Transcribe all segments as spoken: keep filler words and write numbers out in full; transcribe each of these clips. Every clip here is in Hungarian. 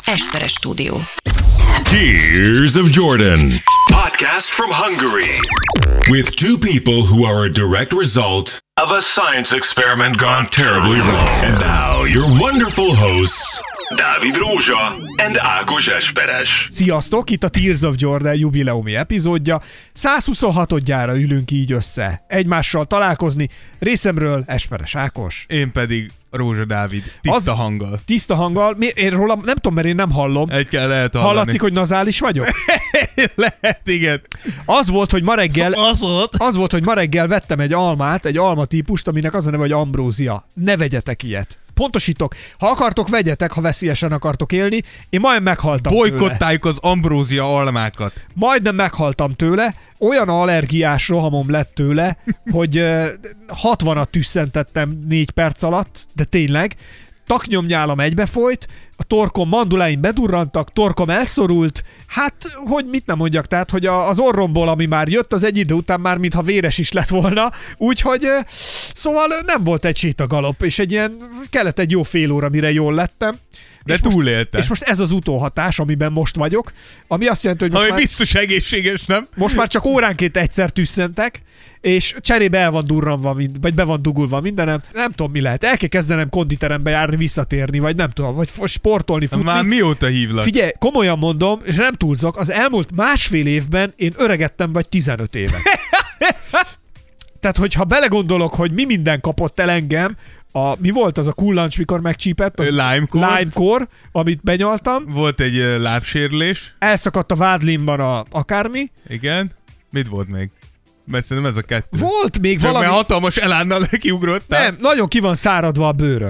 Esperes Stúdió. Tears of Jordan. Podcast from Hungary. With two people who are a direct result of a science experiment gone terribly wrong. And now your wonderful hosts, Dávid Rózsa and Ákos Esperes. Sziasztok, itt a Tears of Jordan jubileumi epizódja. száz huszonhatodjára ülünk így össze. Egymással találkozni. Részemről Esperes Ákos. Én pedig Rózsa Dávid. Tiszta Az, hanggal. Tiszta hanggal. Én rólam nem tudom, mert én nem hallom. Egy kell lehet hallani. Hallatszik, hogy nazális vagyok? Lehet, igen. Az volt, hogy ma reggel... Az volt. Az volt, hogy ma reggel vettem egy almát, egy almatípust, aminek az a neve, hogy ambrózia. Ne vegyetek ilyet. Pontosítok, ha akartok, vegyetek, ha veszélyesen akartok élni. Én majdnem meghaltam Bolykottáljuk tőle. Az ambrózia almákat. Majdnem meghaltam tőle. Olyan allergiás rohamom lett tőle, hogy hatvanat tüsszentettem négy perc alatt, de tényleg. Taknyomnyálam egybefolyt, a torkom manduláim bedurrantak, torkom elszorult, hát, hogy mit nem mondjak, tehát, hogy az orromból, ami már jött, az egy idő után már mintha véres is lett volna, úgyhogy szóval nem volt egy sétagalop, és egy ilyen, kellett egy jó fél óra, mire jól lettem. De túlélte. És most ez az utóhatás, amiben most vagyok, ami azt jelenti, hogy most ami már... biztos egészséges, nem? Most már csak óránként egyszer tüsszentek, és cserébe el van durranva, mind, vagy be van dugulva mindenem. Nem tudom, mi lehet. El kell kezdenem konditerembe járni, visszatérni, vagy nem tudom, vagy sportolni, futni. Már mióta hívlak? Figyelj, komolyan mondom, és nem túlzok, az elmúlt másfél évben én öregettem vagy tizenöt évet. Tehát, hogyha belegondolok, hogy mi minden kapott el engem, a, mi volt az a kullancs, mikor megcsípett? Az Lime-kor. Lime-kor, amit benyaltam. Volt egy uh, lábsérülés. Elszakadt a vádlimban a akármi. Igen. Mit volt még? Mert szerintem ez a kettő. Volt még Csak valami... mert hatalmas elánnal kiugrottál. Nem, nagyon ki van száradva a bőröm.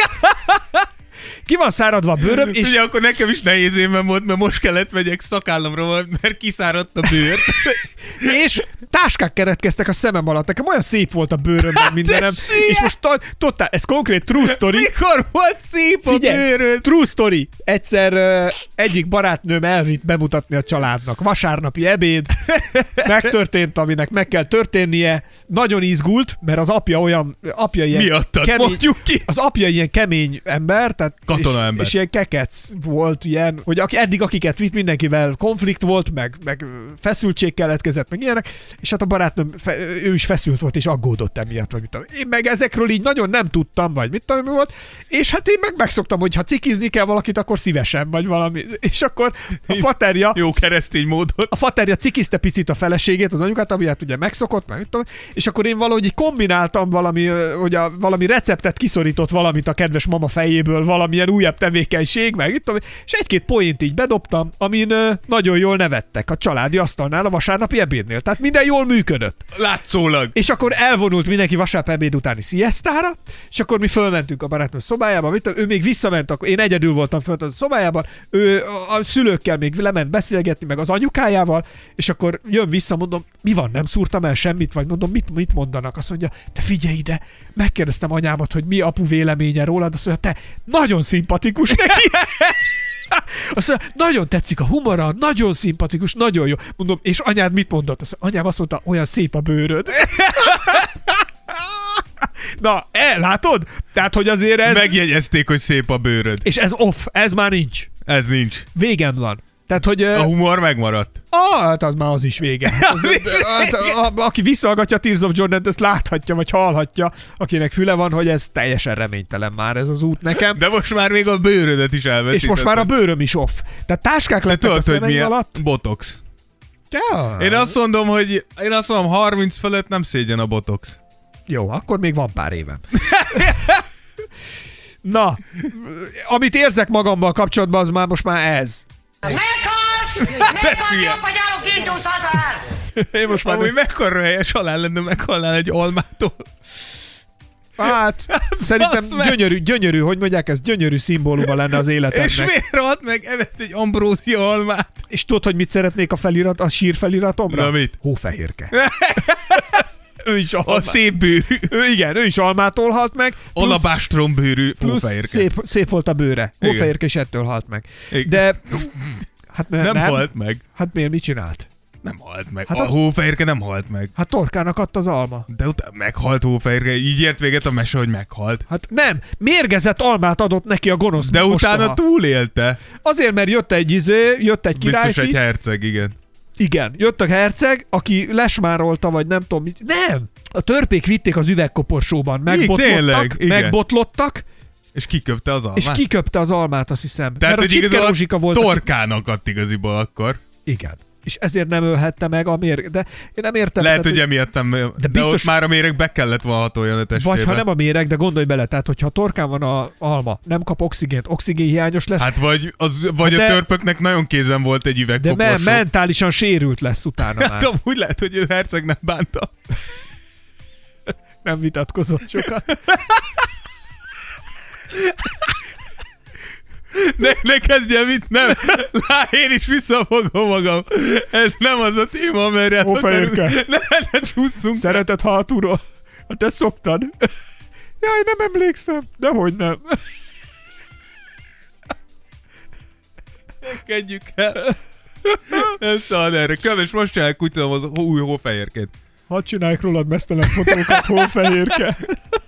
Ki van száradva a bőröm, és... Ugye akkor nekem is nehéz évem volt, mert most kellett vegyek szakállamra, mert kiszáradt a bőr. És táskák keretkeztek a szemem alatt. Nekem olyan szép volt a bőrömben mindenem. És most totál, ez konkrét true story. Mikor volt szép a Figyelj, bőröd? True story. Egyszer uh, egyik barátnőm elvitt bemutatni a családnak. Vasárnapi ebéd. Megtörtént, aminek meg kell történnie. Nagyon izgult, mert az apja olyan... Apja ilyen Miattad, kemény, mondjuk ki. Az apja ilyen kemény ember, tehát Katona ember. És, és ilyen kekec volt ilyen, hogy aki, eddig akiket vitt, mindenkivel konflikt volt, meg, meg feszültség keletkezett, meg ilyenek, és hát a barátnőm, fe, ő is feszült volt, és aggódott emiatt, vagy mit tudom. Én meg ezekről így nagyon nem tudtam, vagy mit tudom, mi volt, és hát én meg megszoktam, hogy ha cikizni kell valakit, akkor szívesen, vagy valami, és akkor a faterja... Jó keresztény módon. A faterja cikizte picit a feleségét, az anyukát, ami hát ugye megszokott, meg mit tudom, és akkor én valahogy így kombináltam valami, hogy a, valami receptet kiszorított valamit a kedves mama fejéből, valamilyen újabb tevékenység, meg itt, és egy-két poént így bedobtam, amin ö, nagyon jól nevettek a családi asztalnál a vasárnapi ebédnél. Tehát minden jól működött. Látszólag. És akkor elvonult mindenki vasárnap ebéd utáni sziasztára, és akkor mi fölmentünk a barátnőm szobájába, mit, ő még visszament, akkor én egyedül voltam fönt a szobájában, ő a szülőkkel még lement beszélgetni, meg az anyukájával, és akkor jön vissza, mondom, mi van, nem szúrtam el semmit, vagy mondom, mit, mit mondanak? Azt mondja, te figyelj ide, megkérdeztem anyámat, hogy mi apu véleménye rólad, azt mondja, te nagyon szimpatikus neki. Azt mondja, nagyon tetszik a humora, nagyon szimpatikus, nagyon jó. Mondom, és anyád mit mondott? Azt mondja, anyám azt mondta, olyan szép a bőröd. Na, el, látod? Tehát, hogy azért ez... Megjegyezték, hogy szép a bőröd. És ez off, ez már nincs. Ez nincs. Végem van. Tehát, hogy... A humor megmaradt. Ah, hát az már az is vége. Az, az is az, a, a, aki visszahallgatja a Tears of Jordan-t, ezt láthatja, vagy hallhatja, akinek füle van, hogy ez teljesen reménytelen már ez az út nekem. De most már még a bőrödet is elveszítettem. És most már a bőröm is off. Tehát táskák lettek tudod, a szemeim alatt. Botox. Ja. Én azt mondom, hogy én azt mondom, harminc fölött nem szégyen a botox. Jó, akkor még van pár évem. Na, amit érzek magammal kapcsolatban, az már most már ez. Meghalsz! Meghalsz, vagy állok kincsúszhatál! Én most már... Amúgy mekkora helyes halál lenne, meghalnál egy almától. Hát, szerintem gyönyörű, gyönyörű, hogy mondják, ez gyönyörű szimbóluma lenne az életemnek. És miért halt meg? Evett egy ambrózia almát. És tudod, hogy mit szeretnék a felirat, a sír feliratomra? Na mit? Hófehérke. Ő is almát. A szép bőrű. Ő, igen, ő is almától halt meg. Alabástrom bőrű hófehérke. Szép, szép volt a bőre. Hófehérke is ettől halt meg. Igen. De... Hát ne, nem, nem halt meg. Hát miért, mit csinált? Nem halt meg. Hát Hát a, a- a hófehérke nem halt meg. Hát torkának adta az alma. De utána meghalt hófehérke, így ért véget a mese, hogy meghalt. Hát nem, mérgezett almát adott neki a gonosz De mostoha. utána túlélte. Azért, mert jött egy izé, jött egy Biztos királyfi. egy herceg, igen. Igen, jött a herceg, aki lesmárolta, vagy nem tudom mit. Nem! A törpék vitték az üvegkoporsóban, megbotlottak, tényleg, igen. megbotlottak, És kiköpte az almát. és kiköpte az almát, azt hiszem. Tehát, mert a hogy Csipke igazából Rózsika volt. Aki... torkának adt igaziból akkor. Igen. És ezért nem ölhette meg a méreg. De én nem értem. Lehet, tehát, hogy emiatt nem, de, de biztos- ott már a méreg be kellett volna hatoljon a testébe. vagy ha nem a méreg, de gondolj bele, tehát hogyha a torkán van a alma, nem kap oxigént, oxigénhiányos lesz, Hát vagy, az, vagy de- a törpöknek nagyon kézen volt egy de üvegkoporsó. me- mentálisan sérült lesz utána Hát már. amúgy lehet, hogy a herceg nem bánta. Nem vitatkozott sokat. Ne, ne kezdjem itt, nem. Lá, én is visszafogom magam. Ez nem az a téma, amerre el Hófehérke. akarunk. Ne, ne csúszunk. Szereted hátulról? Hát te szoktad. Jaj, nem emlékszem. Dehogy nem. Kezdjük el. Nem szabad erre. Köves, most csinálják úgy tudom az új hófehérkét. Hadd csinálják rólad mesztelen fotókat, hófehérke.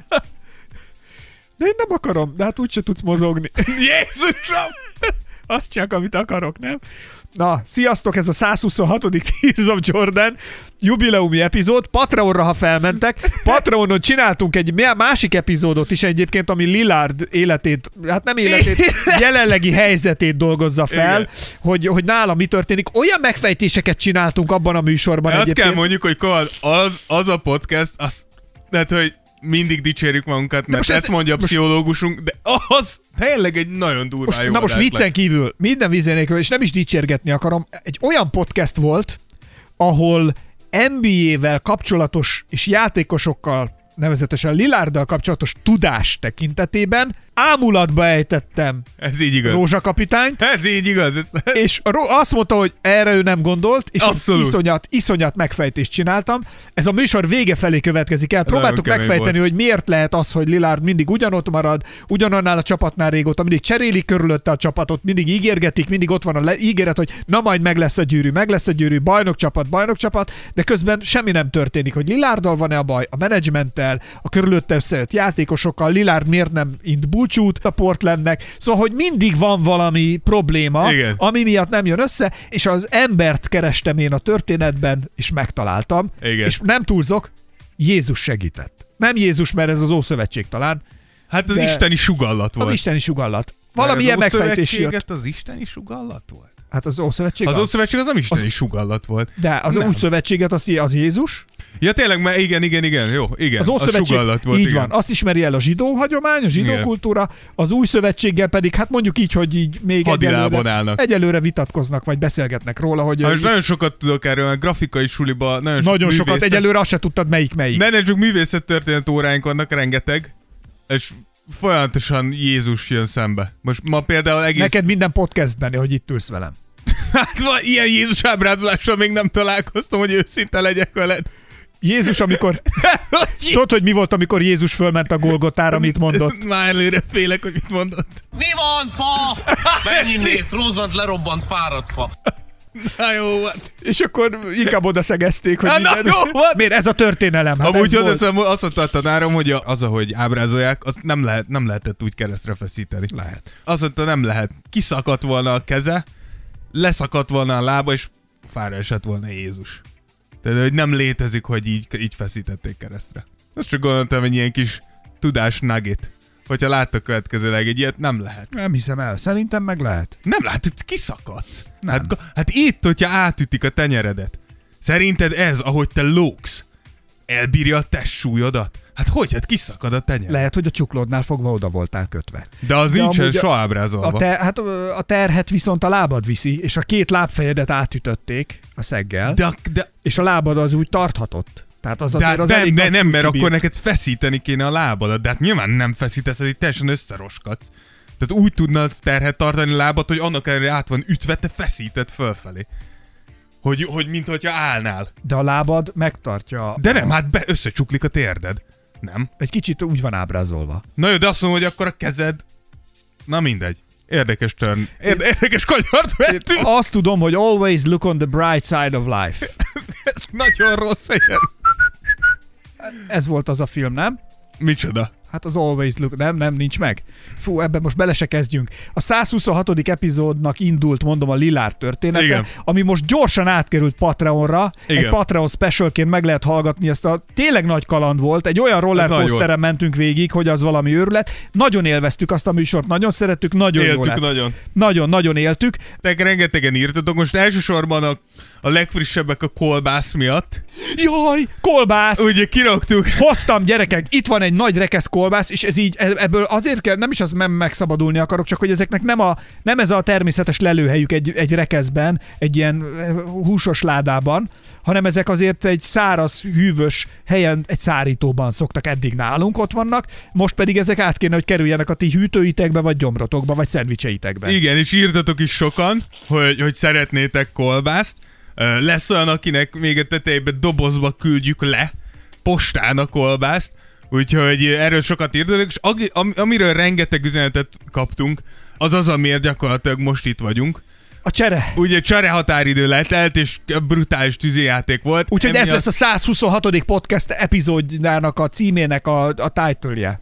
De én nem akarom, de hát úgyse tudsz mozogni. Jézusom! Azt csak, amit akarok, nem? Na, sziasztok, ez a száz huszonhatodik Tears of Jordan jubileumi epizód. Patreonra, ha felmentek. Patreonon csináltunk egy másik epizódot is egyébként, ami Lillard életét, hát nem életét, jelenlegi helyzetét dolgozza fel, Igen. hogy, hogy nála mi történik. Olyan megfejtéseket csináltunk abban a műsorban Azt egyébként. kell mondjuk, hogy Kovad, az, az a podcast, az, tehát, hogy mindig dicsérjük magunkat, mert most ezt ez- mondja a most- pszichológusunk, de az tényleg egy nagyon durvá Most, jó na most adás viccen lett. kívül, minden vizénékről, és nem is dicsérgetni akarom, egy olyan podcast volt, ahol en bé á-vel kapcsolatos és játékosokkal, nevezetesen Lillarddal kapcsolatos tudás tekintetében ámulatba ejtettem Ez így igaz. Rózsa kapitányt, Ez így igaz. Ez, és a Ró- azt mondta, hogy erre ő nem gondolt, és Abszolút. egy iszonyat, iszonyat megfejtést csináltam. Ez a műsor vége felé következik el. Próbáltuk kemény megfejteni, volt. hogy miért lehet az, hogy Lillard mindig ugyanott marad, ugyanannál a csapatnál régóta, mindig cserélik körülötte a csapatot, mindig ígérgetik, mindig ott van a le- ígéret, hogy na majd meg lesz a gyűrű, meg lesz a gyűrű, bajnokcsapat, bajnokcsapat, de közben semmi nem történik, hogy Lillarddal van-e a baj, a menedzsmenttel, a körülötte összejött játékosokkal, Lillard miért nem int búcsút a Portlandnek, szóval, hogy mindig van valami probléma, Igen. ami miatt nem jön össze, és az embert kerestem én a történetben, és megtaláltam, Igen. és nem túlzok, Jézus segített. Nem Jézus, mert ez az Ószövetség talán, hát az de- isteni sugallat volt. az isteni sugallat. Valami Mert ilyen az megfejtés jött. Ószövetséget az isteni sugallat volt? Hát az Ószövetség Az az, Ószövetség az nem isteni sugallat volt. de az Nem. Ószövetséget az, az Jézus, Ja tényleg, mert igen, igen, igen, jó, igen. az Az Ószövetség, sugallat volt, így igen. van, azt ismeri el a zsidó hagyomány, a zsidó Igen. kultúra, az Új Szövetséggel pedig, hát mondjuk így, hogy így még Hadilábon egyelőre, állnak. egyelőre vitatkoznak, vagy beszélgetnek róla, hogy Ha, most nagyon sokat tudok erről, mert grafikai suliba nagyon, nagyon sok sokat, művészet- egyelőre azt se tudtad, melyik melyik. Ne, ne, csak művészettörténet óráink vannak rengeteg, és folyamatosan Jézus jön szembe. Most ma például egész... Neked minden podcastben, hogy itt ülsz velem. Hát van, ilyen Jézus ábrázolással még nem találkoztam, hogy őszinte legyek veled. Jézus, amikor... Tudod, hogy mi volt, amikor Jézus fölment a Golgotára, mit mondott? Már előre félek, hogy mit mondott. Mi van, fa? Mennyimnét, rozzant lerobbant fáradt fa. Na jó, hát. És akkor inkább oda szegezték, hogy Hát, na, minden... jó volt. Miért? Ez a történelem. Hát Amúgy ez volt. hozzáteszem, azt mondta a tanárom, hogy a- az, ahogy ábrázolják, azt nem, lehet, nem lehetett úgy keresztre feszíteni. Lehet. Azt mondta, nem lehet. Kiszakadt volna a keze, leszakadt volna a lába, és fára esett volna Jézus. Tehát, hogy nem létezik, hogy így, így feszítették keresztre. Azt csak gondoltam, hogy ilyen kis tudás nugget. Hogyha láttak következőleg egy ilyet, nem lehet. Nem hiszem el. Szerintem meg lehet. Nem látod, kiszakadsz. Nem. Hát, hát itt, hogyha átütik a tenyeredet. Szerinted ez, ahogy te lógsz, elbírja a testsúlyodat? Hát hogy? Hát kiszakad a tenyered. Lehet, hogy a csuklódnál fogva oda voltál kötve. De az De nincsen amúgy a- soha ábrázolva. A, te, hát a terhet viszont a lábad viszi, és a két lábfejedet átütötték a szeggel, de, De, de, és a lábad az úgy tarthatott. Tehát az de, azért hát az nem, elég de nagy nem, mert súlyt akkor bírt. neked feszíteni kéne a lábadat. De hát nyilván nem feszítesz, hogy teljesen összeroskadsz. Tehát úgy tudnál terhet tartani a lábad, hogy annak ellenére át van ütve, te feszíted fölfelé. Hogy, hogy mint hogyha állnál. De a lábad megtartja. De a, nem, hát be, összecsuklik a térded. Nem? Egy kicsit úgy van ábrázolva. Na jó, de azt mondom, hogy akkor a kezed... Na mindegy. Érdekes turn. Érdekes kanyart vettünk. Azt tudom, hogy always look on the bright side of life. Ez nagyon rossz helyen. Ez volt az a film, nem? Micsoda? Hát az Always Look, nem, nem, nincs meg. Fú, ebben most bele se kezdjünk. A száz huszonhatodik epizódnak indult, mondom, a Lillard története, Igen. ami most gyorsan átkerült Patreonra. Igen. Egy Patreon specialként meg lehet hallgatni, ezt a tényleg nagy kaland volt. Egy olyan rollercoasteren mentünk végig, hogy az valami őrület. Nagyon élveztük azt a műsort, nagyon szerettük, nagyon Éltük jó lett. nagyon. Nagyon, nagyon éltük. Te rengetegen írtatok, most elsősorban a, a legfrissebbek a kolbász miatt. Jaj, kolbász! Ugye kiraktuk. Hoztam, gyerekek, itt van egy nagy rekesz kolbász, és ez így, ebből azért kell, nem is az nem megszabadulni akarok, csak hogy ezeknek nem, a, nem ez a természetes lelőhelyük egy, egy rekeszben, egy ilyen húsos ládában, hanem ezek azért egy száraz, hűvös helyen, egy szárítóban szoktak eddig nálunk, ott vannak, most pedig ezek át kéne, hogy kerüljenek a ti hűtőitekbe, vagy gyomrotokba, vagy szendvicseitekbe. Igen, és írtatok is sokan, hogy, hogy szeretnétek kolbászt. Lesz olyan, akinek még a tetejébe dobozba küldjük le postán a kolbászt, úgyhogy erről sokat írtatok, és am, amiről rengeteg üzenetet kaptunk, az az, amiért gyakorlatilag most itt vagyunk. A csere. Ugye csere határidő letelt, és brutális tűzijáték volt. Úgyhogy ez lesz a száz huszonhatodik podcast epizódjának a címének a, a title-je.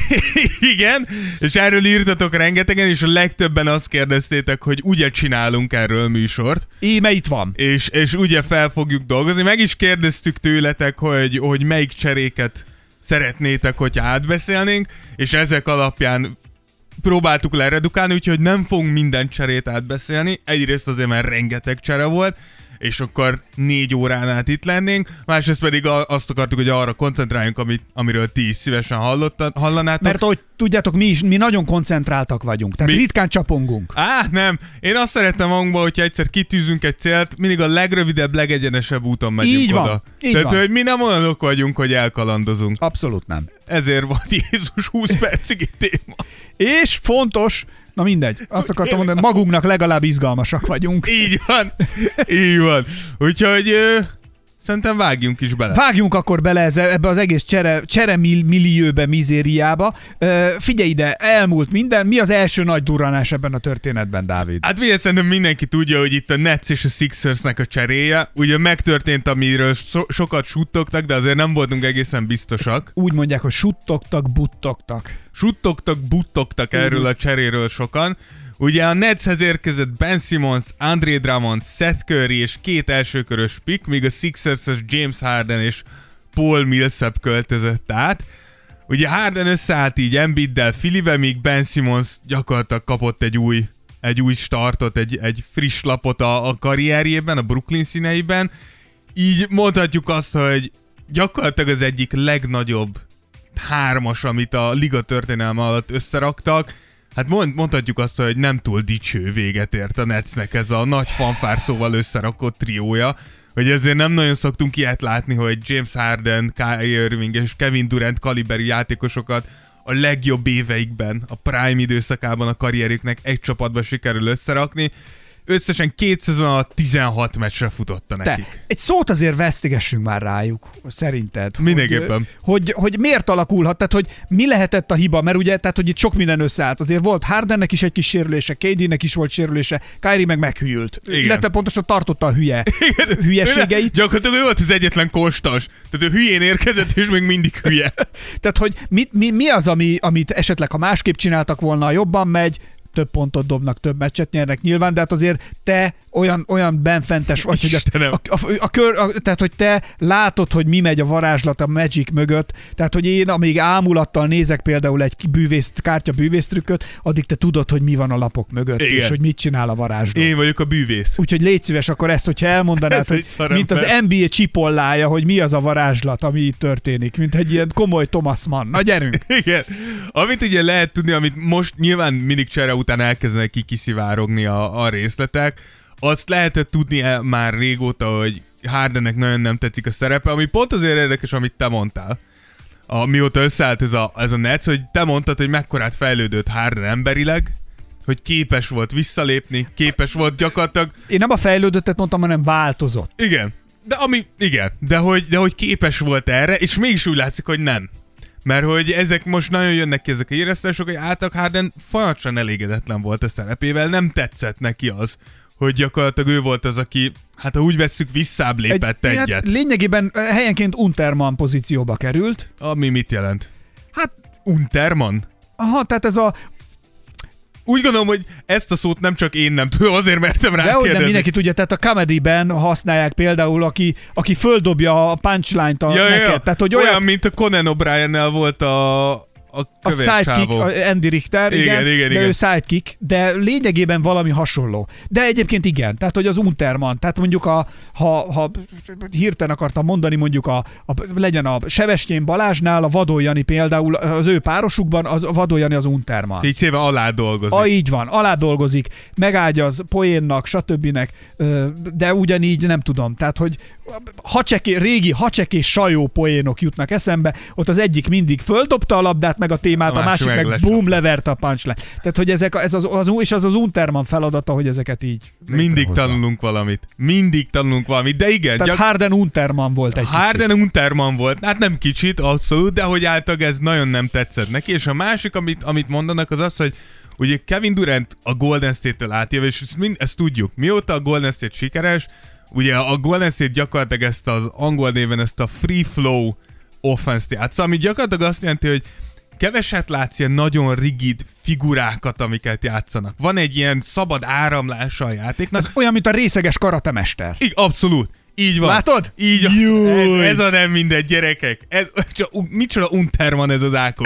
Igen, és erről írtatok rengetegen, és a legtöbben azt kérdeztétek, hogy ugye csinálunk erről műsort. Íme itt van. És, és ugye fel fogjuk dolgozni. Meg is kérdeztük tőletek, hogy, hogy melyik cseréket szeretnétek, hogyha átbeszélnénk, és ezek alapján próbáltuk leredukálni, úgyhogy nem fogunk minden cserét átbeszélni. Egyrészt azért, mert rengeteg csere volt, és akkor négy órán át itt lennénk, másrészt pedig azt akartuk, hogy arra koncentráljunk, amit, amiről ti is szívesen hallottad, hallanátok. Mert ahogy tudjátok, mi is, mi nagyon koncentráltak vagyunk, tehát mi? ritkán csapongunk. Á, nem. Én azt szerettem magunkba, hogyha egyszer kitűzünk egy célt, mindig a legrövidebb, legegyenesebb úton megyünk így oda. Van, így Tehát, van. hogy mi nem olyanok vagyunk, hogy elkalandozunk. Abszolút nem. Ezért volt Jézus húsz percig téma. És fontos, na mindegy, azt akartam mondani, hogy magunknak legalább izgalmasak vagyunk. Így van, így van. Úgyhogy ö, szerintem vágjunk is bele. Vágjunk akkor bele ebbe az egész csere, csere millióbe, mizériába. Ö, figyelj ide, elmúlt minden. Mi az első nagy durranás ebben a történetben, Dávid? Hát ugye szerintem mindenki tudja, hogy itt a Nets és a Sixersnek a cseréje. Ugye megtörtént, amiről so- sokat suttogtak, de azért nem voltunk egészen biztosak. Úgy mondják, hogy suttogtak, buttogtak. Suttogtak, buttogtak erről a cseréről sokan. Ugye a Netshez érkezett Ben Simmons, Andre Drummond, Seth Curry és két elsőkörös pick, míg a Sixershez James Harden és Paul Millsap költözött át. Ugye Harden összeállt így Embiiddel, Phillybe, míg Ben Simmons gyakorlatilag kapott egy új, egy új startot, egy, egy friss lapot a, a karrierjében, a Brooklyn színeiben. Így mondhatjuk azt, hogy gyakorlatilag az egyik legnagyobb hármas, amit a liga történelme alatt összeraktak. Hát mond, mondhatjuk azt, hogy nem túl dicső véget ért a Netsnek ez a nagy fanfárszóval összerakott triója, hogy ezért nem nagyon szoktunk ilyet látni, hogy James Harden, Kyrie Irving és Kevin Durant kaliberű játékosokat a legjobb éveikben, a prime időszakában a karrierüknek egy csapatba sikerül összerakni. Összesen két szezon alatt tizenhat meccsre futotta nekik. Te, egy szót azért vesztigessünk már rájuk, szerinted. Mindenképpen. Hogy, hogy, hogy miért alakulhat, tehát hogy mi lehetett a hiba, mert ugye, tehát hogy itt sok minden összeállt. Azért volt Hardennek is egy kis sérülése, K D-nek is volt sérülése, Kyrie meg meghűlt. Igen. Illetve pontosan tartotta a hülye hülyeségeit. Gyakorlatilag ő volt az egyetlen konstans. Tehát ő hülyén érkezett, és még mindig hülye. Tehát, hogy mi, mi, mi az, ami, amit esetleg, ha másképp csináltak volna, jobban megy, több pontot dobnak, több meccset nyernek nyilván, de hát azért te olyan, olyan benfentes vagy, hogy a, a, a, a kör, a, tehát, hogy te látod, hogy mi megy a varázslat a Magic mögött, tehát, hogy én amíg ámulattal nézek például egy bűvész, kártya bűvésztrükköt, addig te tudod, hogy mi van a lapok mögött, igen. És hogy mit csinál a varázsló. Én vagyok a bűvész. Úgyhogy légy szíves akkor ezt, hogyha elmondanád, ez hogy mint az en bé á csipollája, hogy mi az a varázslat, ami itt történik, mint egy ilyen komoly Thomas Mann. Na gyerünk! Igen. Amit ugye lehet tudni, amit most nyilván mindig csere után elkezdenek ki kiszivárogni a, a részletek, azt lehetett tudni már régóta, hogy Hardennek nagyon nem tetszik a szerepe, ami pont azért érdekes, amit te mondtál. A, mióta összeállt ez a, ez a Nets, hogy te mondtad, hogy mekkorát fejlődött Harden emberileg, hogy képes volt visszalépni, képes volt gyakorlatilag... Én nem a fejlődöttet mondtam, hanem változott. Igen. De ami, igen, de hogy, de hogy képes volt erre, és mégis úgy látszik, hogy nem. Mert hogy ezek most nagyon jönnek ki ezek a híresztások, hogy általában Harden folyamatosan elégedetlen volt a szerepével, nem tetszett neki az, hogy gyakorlatilag ő volt az, aki, hát ha úgy vesszük, visszább lépett egy, egyet. Hát lényegében helyenként Unterman pozícióba került. Ami mit jelent? Hát, Unterman? aha, tehát ez a... Úgy gondolom, hogy ezt a szót nem csak én nem tudom, azért mertem rá De hogy nem kérdezni. mindenki tudja, tehát a comedy-ben használják például, aki, aki földobja a punchline-t a Ja, neked. ja. Tehát, hogy olyan, olyan, mint a Conan O'Brien-nel volt a, a a kövér sidekick, csávó. a Andy Richter, igen, Igen, igen, de igen. ő sidekick, de lényegében valami hasonló. De egyébként igen, tehát hogy az Unterman, tehát mondjuk a, ha, ha hirtelen akartam mondani, mondjuk a, a, legyen a Sebestyén Balázsnál, a Vadó Jani például, az ő párosukban, az a Vadó Jani az Unterman. Így szépen alá dolgozik. A, így van, alá dolgozik, megágyaz poénnak, stb. De ugyanígy nem tudom. Tehát, hogy hacseké, régi hacsek és sajó poénok jutnak eszembe, ott az egyik mindig földobta a labdát, meg a témát, a, a másik, másik meg, meg boom, leverte a punchline. Tehát, hogy ezek, ez az, az, és az az Unterman feladata, hogy ezeket így Mindig létrehozza. tanulunk valamit. Mindig tanulunk valamit, de igen. Tehát gyak... Harden Unterman volt egy Harden kicsit. Unterman volt. Hát nem kicsit, abszolút, de hogy általában ez nagyon nem tetszett neki. És a másik, amit, amit mondanak, az az, hogy ugye Kevin Durant a Golden State-től átjövő, és ezt, mind, ezt tudjuk. Mióta a Golden State sikeres, ugye a Golden State gyakorlatilag ezt az angol néven ezt a free flow offense-t játsza, ami gyakorlatilag azt jelenti, hogy keveset látsz ilyen nagyon rigid figurákat, amiket játszanak. Van egy ilyen szabad áramlása a játéknak. Ez olyan, mint a részeges karatemester. Így, abszolút. Így van. Látod? Így Júj. ez, ez a nem mindegy, gyerekek. Ez, csak, micsoda Unterman ez az Ákos.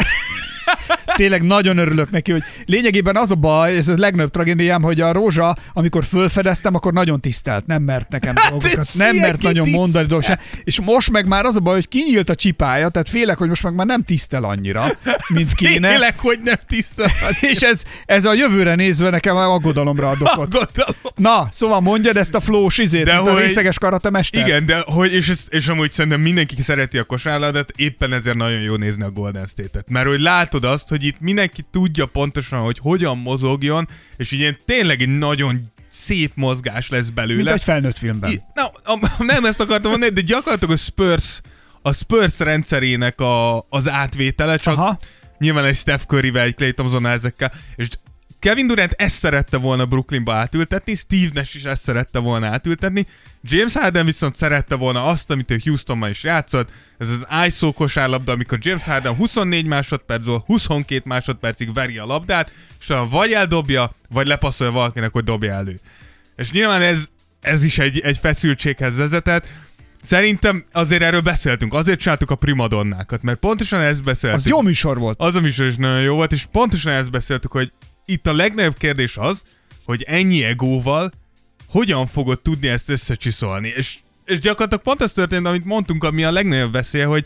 Tényleg nagyon örülök neki, hogy lényegében az a baj, ez a legnagyobb tragédiám, hogy a Rózsa, amikor fölfedeztem, akkor nagyon tisztelt, nem mert nekem dolgokat, nem mert nagyon mondani dolgokat. És most meg már az a baj, hogy kinyílt a csipája, tehát félek, hogy most meg már nem tisztel annyira, mint kéne. Félek, hogy nem tisztel. És ez, ez a jövőre nézve nekem aggodalomra ad okot. Aggodalom. Na, szóval mondjad ezt a flow-s izét, De mint a hogy- részeges karatemester. Igen, de hogy, és, ez, és amúgy szerintem mindenki szereti a kosárlabdát, éppen ezért nagyon jó nézni a Golden State-et. Mert hogy látod azt, hogy itt mindenki tudja pontosan, hogy hogyan mozogjon, és ilyen tényleg egy nagyon szép mozgás lesz belőle. Mint egy felnőtt filmben. I- Na, a, nem ezt akartam mondani, de gyakorlatilag a Spurs, a Spurs rendszerének a, az átvétele, csak Aha. nyilván egy Steph Curryvel, egy Klay Thompsonnal ezekkel, és Kevin Durant ezt szerette volna Brooklynba átültetni, Steve Nash is ezt szerette volna átültetni, James Harden viszont szerette volna azt, amit ő Houstonban is játszott, ez az i es o kosárlabda, amikor James Harden huszonnégy másodpercből huszonkét másodpercig veri a labdát, és vagy eldobja, vagy lepasszolja valakinek, hogy dobja elő. És nyilván ez, ez is egy, egy feszültséghez vezetett. Szerintem azért erről beszéltünk, azért csináltuk a primadonnákat, mert pontosan ezt beszéltük. Az jó műsor volt. Az a műsor is nagyon jó volt, és pontosan ezt beszéltük, hogy itt a legnagyobb kérdés az, hogy ennyi egóval hogyan fogod tudni ezt összecsiszolni. És, és gyakorlatilag pont az történt, amit mondtunk, ami a legnagyobb veszély, hogy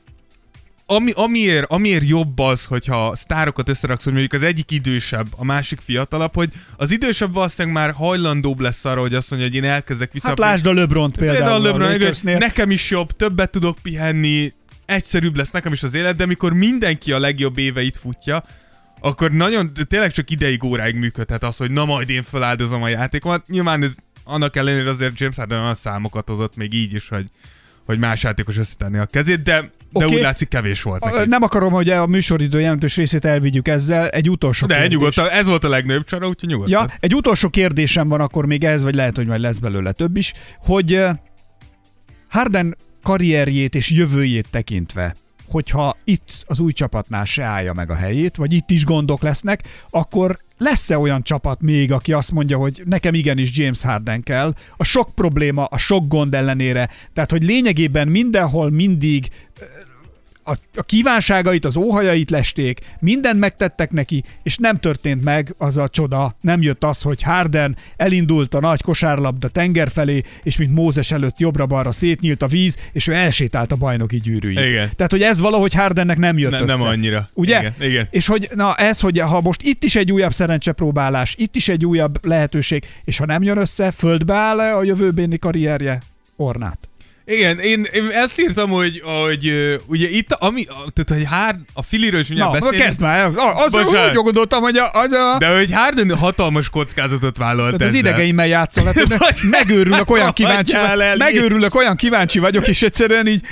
ami, amiért, amiért jobb az, hogyha sztárokat összeraksz, hogy mondjuk az egyik idősebb, a másik fiatalabb, hogy az idősebb valószínűleg már hajlandóbb lesz arra, hogy azt mondja, hogy én elkezdek vissza. Hát lásd a LeBront például. Például a LeBron, Lakersnél. nekem is jobb, többet tudok pihenni, egyszerűbb lesz nekem is az élet, de amikor mindenki a legjobb éveit futja, akkor nagyon, tényleg csak ideig, óráig működhet az, hogy na majd én feláldozom a játékomat. Nyilván ez annak ellenére azért James Harden olyan számokat hozott még így is, hogy, hogy más játékos összetenni a kezét, de, de Oké. úgy látszik kevés volt neki. A- Nem akarom, hogy a műsoridő jelentős részét elvigyük ezzel. Egy utolsó De kérdés. nyugodtan, ez volt a legnagyobb csara, úgyhogy nyugodtan. Ja, egy utolsó kérdésem van akkor még ez, vagy lehet, hogy majd lesz belőle több is, hogy eh, Harden karrierjét és jövőjét tekintve, hogyha itt az új csapatnál se állja meg a helyét, vagy itt is gondok lesznek, akkor lesz-e olyan csapat még, aki azt mondja, hogy nekem igenis James Harden kell, a sok probléma, a sok gond ellenére, tehát hogy lényegében mindenhol mindig a, a kívánságait, az óhajait lesték, mindent megtettek neki, és nem történt meg az a csoda, nem jött az, hogy Harden elindult a nagy kosárlabda tenger felé, és mint Mózes előtt jobbra-balra szétnyílt a víz, és ő elsétált a bajnoki gyűrűig. Igen. Tehát, hogy ez valahogy Hardennek nem jött Ne, össze. nem annyira. Ugye? Igen, igen. És hogy na ez, hogy ha most itt is egy újabb szerencsepróbálás, itt is egy újabb lehetőség, és ha nem jön össze, földbe áll a jövőbéni karrierje? Ornát. Igen, én, én ezt írtam, hogy, hogy uh, ugye itt, ami, tehát, hogy Hard, a Filiről is mindjárt Na, beszélünk. kezd már. Az Bocsánat. úgy gondoltam, hogy a, az a... De hogy Harden hatalmas kockázatot vállalt Tehát az ezzel. idegeimmel játszol, hát megőrülök, olyan kíváncsi, Hagyjál el, megőrülök, olyan kíváncsi vagyok, és egyszerűen így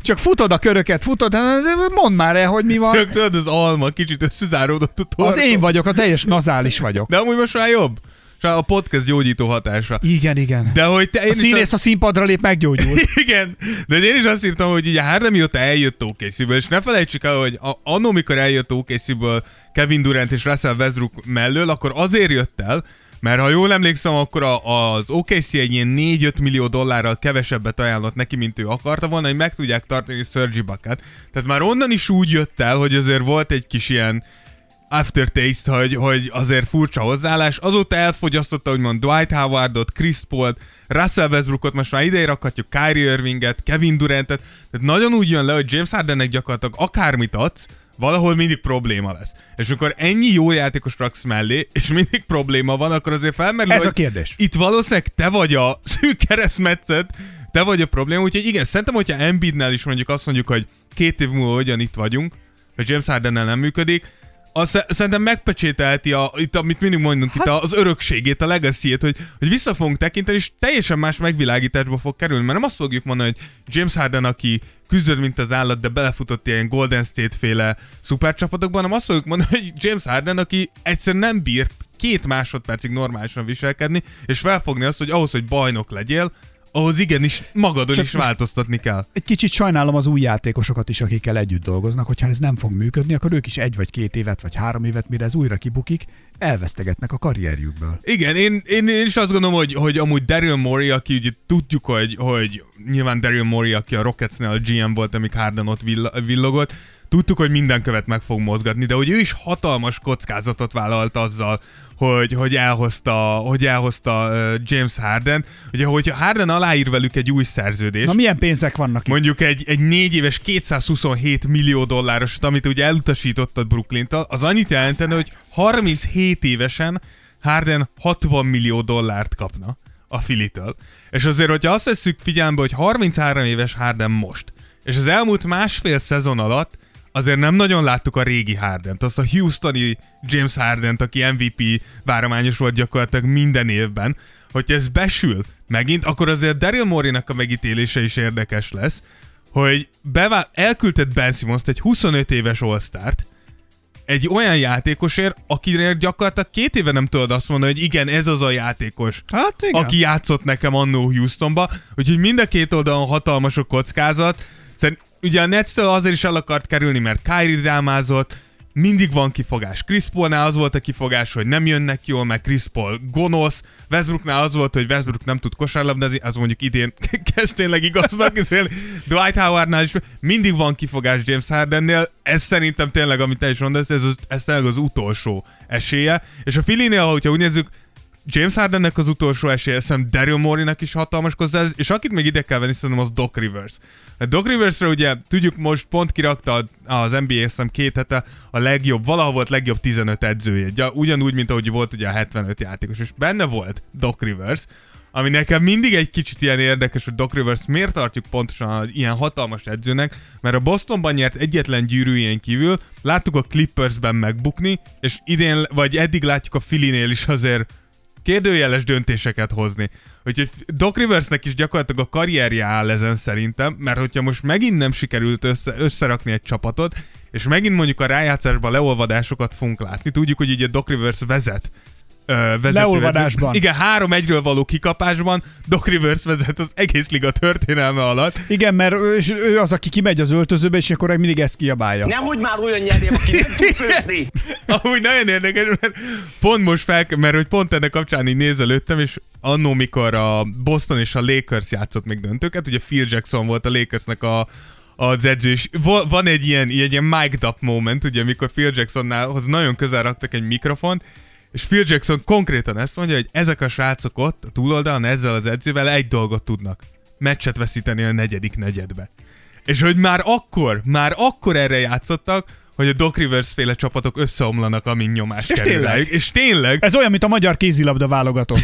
Csak futod a köröket, futod, mondd már el, hogy mi van. Csak tudod, az alma kicsit összezáródott a torkom. Az én vagyok, a teljes nazális vagyok. De amúgy most már jobb. A podcast gyógyító hatása. Igen, igen. De hogy te, én a színész is a színpadra lép, meggyógyul. Igen, de én is azt írtam, hogy ugye Harden mióta eljött o ká cé-ből, és ne felejtsük el, hogy annó, mikor eljött o ká cé-ből Kevin Durant és Russell Westbrook mellől, akkor azért jött el, mert ha jól emlékszem, akkor a, az o ká cé egy ilyen négy-öt millió dollárral kevesebbet ajánlott neki, mint ő akarta volna, hogy meg tudják tartani Serge Ibakát. Tehát már onnan is úgy jött el, hogy azért volt egy kis ilyen aftertaste, hogy, hogy azért furcsa hozzáállás. Azóta elfogyasztotta, úgymond Dwight Howardot, Chris Paul-t, Russell Westbrookot, most már ide rakhatjuk Kyrie Irvinget, Kevin Durantet. Tehát nagyon úgy jön le, hogy James Hardennek gyakorlatilag akármit adsz, valahol mindig probléma lesz. És amikor ennyi jó játékos raksz mellé, és mindig probléma van, akkor azért felmerül, Ez hogy a kérdés. Itt valószínűleg te vagy a szűk keresztmetszet, te vagy a probléma, úgyhogy igen, szerintem, hogyha Embiidnál is mondjuk azt mondjuk, hogy két év múlva ugyan itt vagyunk, hogy James Hardennel nem működik, azt szerintem megpecsételheti, a, itt, amit mindig mondunk, hát, itt az örökségét, a legacy-ét, hogy, hogy vissza fogunk tekinteni, és teljesen más megvilágításba fog kerülni, mert nem azt fogjuk mondani, hogy James Harden, aki küzdött, mint az állat, de belefutott ilyen Golden State-féle szupercsapatokban, hanem azt fogjuk mondani, hogy James Harden, aki egyszerűen nem bírt két másodpercig normálisan viselkedni, és felfogni azt, hogy ahhoz, hogy bajnok legyél, ahhoz igenis magadon Csak is változtatni kell. Egy kicsit sajnálom az új játékosokat is, akikkel együtt dolgoznak, hogyha ez nem fog működni, akkor ők is egy vagy két évet, vagy három évet, mire ez újra kibukik, elvesztegetnek a karrierjükből. Igen, én, én, én is azt gondolom, hogy, hogy amúgy Daryl Morey, aki ugye tudjuk, hogy, hogy nyilván Daryl Morey, aki a Rocketsnél a gé em volt, amíg Harden ott villogott, tudtuk, hogy minden követ meg fog mozgatni, de hogy ő is hatalmas kockázatot vállalt azzal, hogy, hogy elhozta, hogy elhozta uh, James Harden. Ugye, hogyha Harden aláír velük egy új szerződést. Na milyen pénzek vannak itt? Mondjuk egy, egy négy éves kétszázhuszonhét millió dolláros, amit ugye elutasítottad Brooklyntól, az annyit jelentene, hogy harminchét évesen Harden hatvan millió dollárt kapna a Phillytől. És azért, hogyha azt vesszük figyelembe, hogy harminchárom éves Harden most, és az elmúlt másfél szezon alatt azért nem nagyon láttuk a régi Hardent, azt a Houstoni James Hardent, aki em vé pé várományos volt gyakorlatilag minden évben. Hogyha ez besül megint, akkor azért Daryl Moreynak a megítélése is érdekes lesz, hogy bevá- elküldted Ben Simmons-t, egy huszonöt éves All-Start, egy olyan játékosért, akire gyakorlatilag két éve nem tudod azt mondani, hogy igen, ez az a játékos, hát aki játszott nekem annó Houstonba, úgyhogy mind a két oldalon hatalmas a kockázat. Szerintem ugye a Netstől azért is el akart kerülni, mert Kyrie drámázott, mindig van kifogás. Chris Paulnál az volt a kifogás, hogy nem jönnek jól, meg Chris Paul gonosz. Westbrooknál az volt, hogy Westbrook nem tud kosárlabdázni, az mondjuk idén kezd tényleg igaznak. Dwight Howardnál is mindig van kifogás James Hardennél. Ez szerintem tényleg, amit te is mondasz, ez, az, ez tényleg az utolsó esélye. És a Phillynél, hogyha úgy nézzük, James Hardennek az utolsó esélye, szerintem Daryl Moreynak is hatalmas kozzá, és akit még ide kell venni, szerintem az Doc Rivers. A Doc Riversről ugye tudjuk, most pont kirakta az en bé á szem két hete a legjobb, valahol volt legjobb tizenöt edzője, ugyanúgy, mint ahogy volt ugye a hetvenöt játékos, és benne volt Doc Rivers, ami nekem mindig egy kicsit ilyen érdekes, hogy Doc Rivers miért tartjuk pontosan ilyen hatalmas edzőnek, mert a Bostonban nyert egyetlen gyűrűjén kívül, láttuk a Clippersben megbukni, és idén, vagy eddig látjuk a Phillynél is azért kérdőjeles döntéseket hozni. Úgyhogy Doc Riversnek is gyakorlatilag a karrierje áll ezen szerintem, mert hogyha most megint nem sikerült össze, összerakni egy csapatot, és megint mondjuk a rájátszásban leolvadásokat fogunk látni, tudjuk, hogy ugye Doc Rivers vezet. Ö, vezető, Leolvadásban. Edző. Igen, három egyről való kikapásban Doc Rivers vezet az egész liga történelme alatt. Igen, mert ő, ő az, aki kimegy az öltözőbe, és akkor mindig ezt kiabálja. Nehogy már olyan nyerjem, aki nem tud főzni. Amúgy nagyon érdekes, mert pont most fel, mert hogy pont ennek kapcsán így nézelődtem, és annó, mikor a Boston és a Lakers játszott még döntőket, ugye Phil Jackson volt a Lakersnek a az edző, és van egy ilyen, egy ilyen mic'd up moment, ugye, amikor Phil Jacksonnál nagyon közel raktak egy mikrofont, és Phil Jackson konkrétan ezt mondja, hogy ezek a srácok ott, a túloldalon ezzel az edzővel egy dolgot tudnak. Meccset veszíteni a negyedik negyedbe. És hogy már akkor, már akkor erre játszottak, hogy a Doc Rivers féle csapatok összeomlanak, amint nyomás És kerül tényleg. rájuk. És tényleg. Ez olyan, mint a magyar kézilabda válogatott.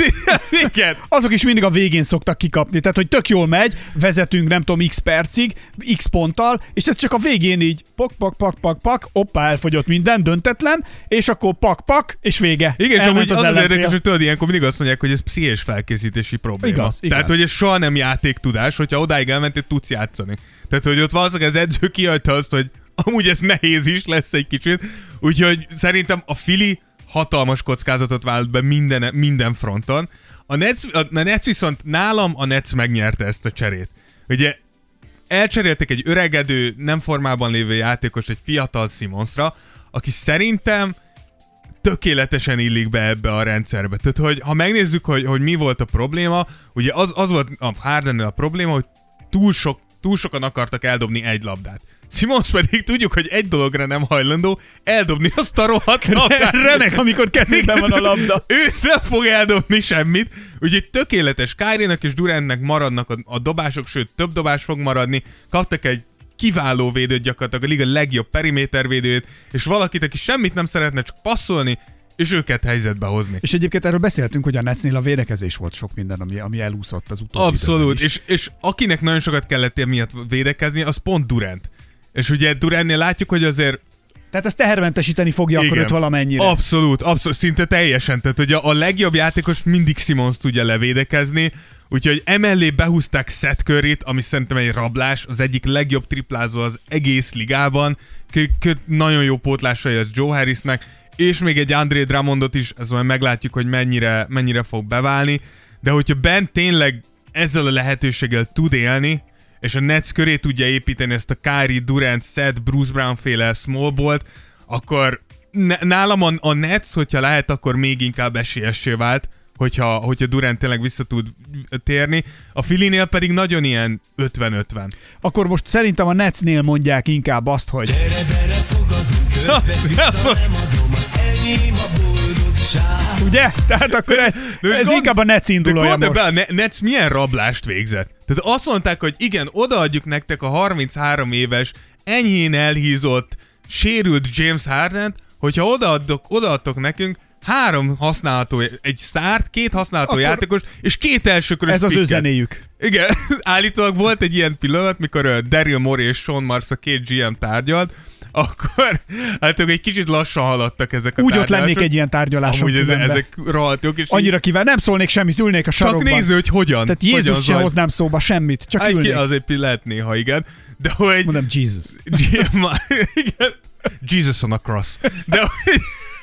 Igen. Azok is mindig a végén szoktak kikapni. Tehát, hogy tök jól megy, vezetünk nem tudom x percig, x ponttal, és ez csak a végén így pak, pak, pak, pak, pak, oppá, elfogyott minden, döntetlen, és akkor pak, pak, és vége. Igen, és Elment amúgy az az ellenfél. érdekes, hogy tudod, ilyenkor mindig azt mondják, hogy ez pszichés felkészítési probléma. Igaz, igaz. Tehát, hogy ez soha nem játéktudás, hogyha odáig elmentél, tudsz játszani. Tehát, hogy ott valószínűleg az edző kihagyta azt, hogy amúgy ez nehéz is lesz egy kicsit. Úgyhogy szerintem a Philly hatalmas kockázatot vállalt be minden, minden fronton. A Nets, a Nets viszont nálam a Nets megnyerte ezt a cserét. Ugye elcseréltek egy öregedő, nem formában lévő játékos egy fiatal Simmonsra, aki szerintem tökéletesen illik be ebbe a rendszerbe. Tehát, hogy ha megnézzük, hogy, hogy mi volt a probléma, ugye az, az volt a Hardennel a probléma, hogy túl, sok, túl sokan akartak eldobni egy labdát. Simmons pedig tudjuk, hogy egy dologra nem hajlandó, eldobni azt a rohadt labdát. Remek, amikor kezében van a labda. Ő nem fog eldobni semmit, úgyhogy tökéletes. Kyrie-nek és Durantnek maradnak a, a dobások, sőt több dobás fog maradni. Kaptak egy kiváló védőt, gyakorlatilag a liga legjobb perimétervédőjét, és valakit, aki semmit nem szeretne, csak passzolni, és őket helyzetbe hozni. És egyébként erről beszéltünk, hogy a Netsnél a védekezés volt sok minden, ami, ami elúszott az utóbbi Abszolút, időben is. és, és akinek nagyon sokat kellett emiatt védekezni, az pont Durant. És ugye Durantnél látjuk, hogy azért Tehát ezt tehermentesíteni fogja igen, akkor őt valamennyire. Abszolút, abszolút, szinte teljesen. Tehát, hogy a, a legjobb játékos mindig Simmons tudja levédekezni, úgyhogy emellé behúzták Seth Curryt, ami szerintem egy rablás, az egyik legjobb triplázó az egész ligában, k- k- nagyon jó pótlásai az Joe Harrisnek, és még egy Andre Drummondot is, ez majd meglátjuk, hogy mennyire, mennyire fog beválni, de hogyha Ben tényleg ezzel a lehetőséggel tud élni, és a Nets köré tudja építeni ezt a Kyrie, Durant, Seth, Bruce Brown féle small ballt, akkor nálam a, a Nets, hogyha lehet, akkor még inkább esélyessé vált, hogyha, hogyha Durant tényleg vissza tud térni. A Phillynél pedig nagyon ilyen ötven-ötven. Akkor most szerintem a Netsnél mondják inkább azt, hogy ugye? Tehát akkor ez, ez gond, inkább a Nets indulója most. most. Be, a Nets milyen rablást végzett? Tehát azt mondták, hogy igen, odaadjuk nektek a harminchárom éves, enyhén elhízott, sérült James Hardent, hogyha odaadok, odaadtok nekünk három használható, egy sztárt, két használható akkor játékos, és két elsőkörös ez az ő picket. zenéjük. Igen, állítólag volt egy ilyen pillanat, mikor uh, Daryl Morey és Sean Marks, a két gé em tárgyalt, akkor hát egy kicsit lassan haladtak ezek a Úgy tárgyalások. ott lennék egy ilyen tárgyaláson. Amúgy ez, különben. ezek rohadt jók. És Annyira kíván, nem szólnék semmit, ülnék a csak sarokban. néző, hogy hogyan. Tehát hogyan Jézus se zajl- hoznám szóba semmit, csak Hát, ülnék. azért lehet néha, igen. De hogy... Mondom, Jesus. igen. Jesus on a cross. De hogy...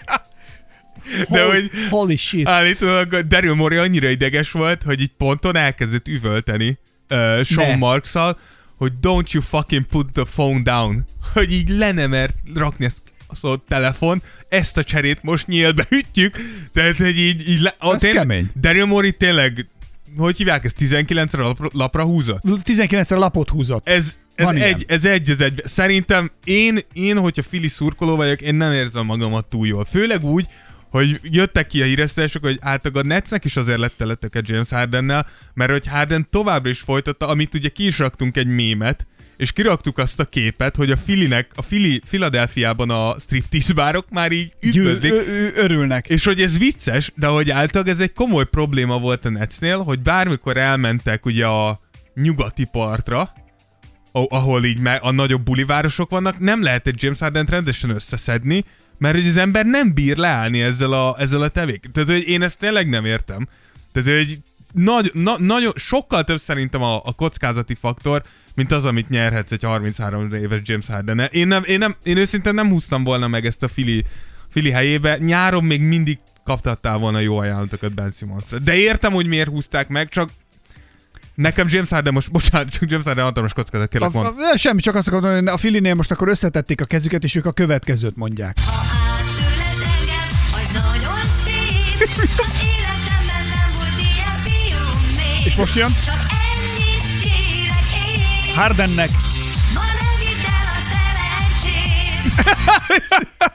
De Hol- hogy Holy shit. állítólag Daryl Morey annyira ideges volt, hogy így ponton elkezdett üvölteni uh, Sean Ne. Marks-szal, hogy don't you fucking put the phone down. Hogy így le nem mert rakni ezt a telefon, ezt a cserét most nyílbe ütjük. Tehát, hogy így... így le, Ez kemény. Daryl Morey tényleg, hogy hívják ezt, tizenkilencre lapra, lapra húzott? tizenkilencre lapot húzott. Ez, ez, Van egy, ez egy, ez egy. Szerintem én, én, hogyha Philly szurkoló vagyok, én nem érzem magamat túl jól. Főleg úgy, hogy jöttek ki a híresztések, hogy általában a Netsnek is azért lett teletek a James Hardennel, mert hogy Harden továbbra is folytatta, amit ugye ki is raktunk egy mémet, és kiraktuk azt a képet, hogy a Phillynek, a Philly, Philadelphiában a striptease bárok már így üdvözlik. Gyű- ö- ö- örülnek. És hogy ez vicces, de hogy általában ez egy komoly probléma volt a Netsnél, hogy bármikor elmentek ugye a nyugati partra, ahol így a nagyobb bulivárosok vannak, nem lehet egy James Hardent rendesen összeszedni, mert hogy az ember nem bír leállni ezzel a, ezzel a tevék. Tehát, hogy én ezt tényleg nem értem. Tehát, hogy nagy, na, nagyon, sokkal több szerintem a, a kockázati faktor, mint az, amit nyerhetsz egy harminchárom éves James Harden. Én, nem, én, nem, én őszintén nem húztam volna meg ezt a Philly, Philly helyébe. Nyáron még mindig kaptattál volna jó ajánlatokat Ben Simmonsra. De értem, hogy miért húzták meg, csak nekem James Harden most, bocsánat, csak James Harden hatalmas kockázat, kérlek A, mond. a, semmi, csak azt akarom mondani, a Phillynél most akkor összetették a kezüket, és ők a következőt mondják. Ha átülesz engem, az nagyon szép. Az életemben nem volt ilyen fiú még. És most jön? Csak ennyit kérek én. Hardennek. Ma ne vidd el a szerencsét.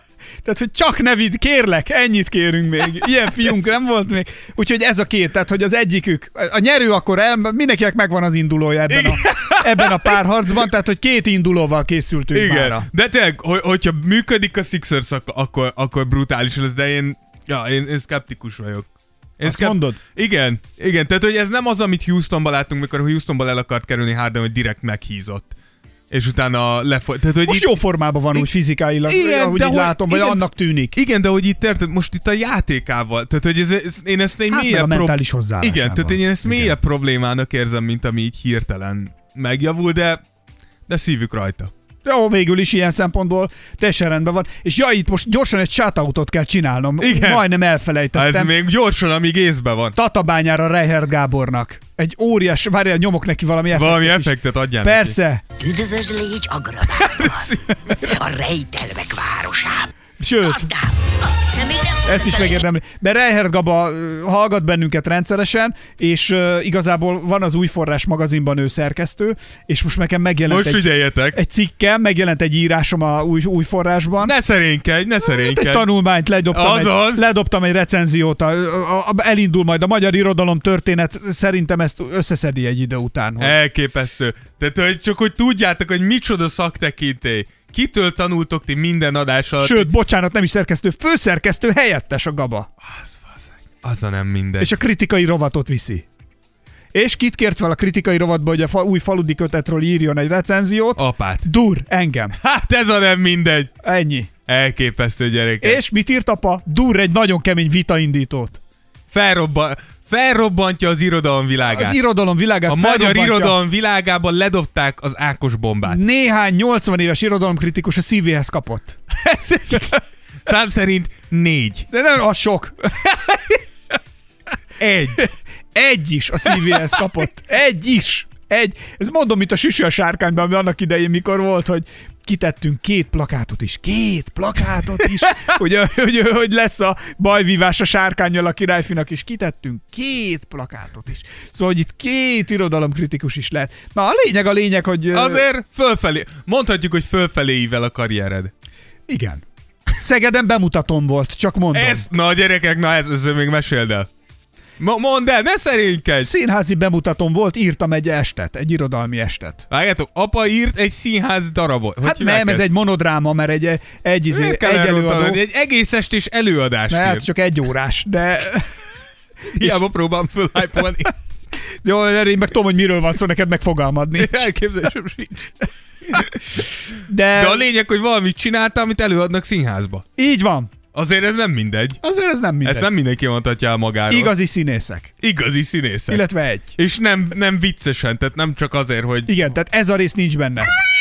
Tehát, hogy csak ne vidd, kérlek, ennyit kérünk még. Ilyen fiunk nem volt még. Úgyhogy ez a két, tehát, hogy az egyikük, a nyerő akkor el, mindenkinek megvan az indulója ebben a, ebben a párharcban, tehát, hogy két indulóval készültünk Igen, mára. de tényleg, hogy, hogyha működik a Sixers, akkor, akkor, akkor brutális lesz, de én, ja, én, én szkeptikus vagyok. Én Azt mondod? Igen, igen, tehát hogy ez nem az, amit Houstonban láttunk, mikor Houstonban el akart kerülni Harden, hogy direkt meghízott. És utána lefoly... Tehát, hogy Most itt... jó formában van úgy fizikailag, Igen, ahogy de így hogy- látom, vagy igen. annak tűnik. Igen, de hogy itt érted, most itt a játékával, tehát hogy ez, ez, én ezt egy Hát meg mélyebb... a mentális hozzáállásával. Igen, tehát én ezt Igen. mélyebb problémának érzem, mint ami így hirtelen megjavul, de, de szívük rajta. Jó, végül is ilyen szempontból teljesen rendben van. És ja, itt most gyorsan egy shoutoutot kell csinálnom. Igen. Majdnem Ez elfelejtettem. még gyorsan, amíg észbe van. Tatabányára Reichert Gábornak. Egy óriás, várjál, nyomok neki valami effektet Valami is. effektet adjál Persze. Üdvözlégy a Grabában, a rejtelmek városában. Sőt, Gazdám, hiszen még nem ezt is megérdemli. De Reichert Gaba ö, hallgat bennünket rendszeresen, és uh, igazából van az Új Forrás magazinban ő szerkesztő, és most nekem megjelent Most egy, figyeljetek! egy cikkem, megjelent egy írásom a Új, új Forrásban. Ne szerénykedj, ne Hát egy szerénykedj! tanulmányt ledobtam, egy, Azaz. ledobtam egy recenziót, a, a, a, elindul majd a magyar irodalom történet, szerintem ezt összeszedi egy idő után. Hogy... Elképesztő. Tehát, hogy csak hogy tudjátok, hogy micsoda szaktekintély. Kitől tanultok ti minden adás alatt? Sőt, bocsánat, nem is szerkesztő, főszerkesztő helyettes a Gaba. Az a nem mindegy. És a kritikai rovatot viszi. És kit kért fel a kritikai rovatba, hogy a fa, új faludi kötetről írjon egy recenziót? Apát. Dur, engem. Hát ez a nem mindegy. Ennyi. Elképesztő gyerekek. És mit írt apa? Dur egy nagyon kemény vitaindítót. Felrobban, felrobbantja az irodalom világát. Az irodalom világát a magyar felrobbantja. irodalom világában ledobták az Ákos bombát. Néhány nyolcvan éves irodalomkritikus a szívéhez kapott. Szám szerint négy. De nem, az sok. Egy. Egy is a szívéhez kapott. Egy is. Egy. Ez mondom, mint a Süsű a sárkányban, ami annak idején, mikor volt, hogy kitettünk két plakátot is. Két plakátot is. hogy, hogy, hogy lesz a bajvívás a sárkánnyal a királyfinak is. Kitettünk két plakátot is. Szóval, hogy itt két irodalomkritikus is lehet. Na, a lényeg a lényeg, hogy... Azért fölfelé. Mondhatjuk, hogy fölfelé ível a karriered. Igen. Szegeden bemutatom volt, csak mondom. Ez, na gyerekek, na ez, ez még meséld el. Mo- mondd el, ne szerénykedj! Színházi bemutatom volt, írtam egy estet, egy irodalmi estet. Vágjátok, apa írt egy színház darabot. Hogy Hát hívják nem, ez ezt? egy monodráma, mert egy, egy, izé, Miért kell egy erről előadó. utalni? Egy egész estés előadást Ne, hát írt. csak egy órás, de... Hiába próbálom fölhypolni. Jó, én meg tudom, hogy miről van szó, neked meg fogalmad nincs. Elképzelésem sincs. De, De a lényeg, hogy valamit csinálta, amit előadnak színházba. így van. Azért ez nem mindegy. Azért ez nem mindegy. Ezt nem mindenki mondhatja el magáról. Igazi színészek. Igazi színészek. Illetve egy. És nem, nem viccesen, tehát nem csak azért, hogy... Igen, tehát ez a rész nincs benne.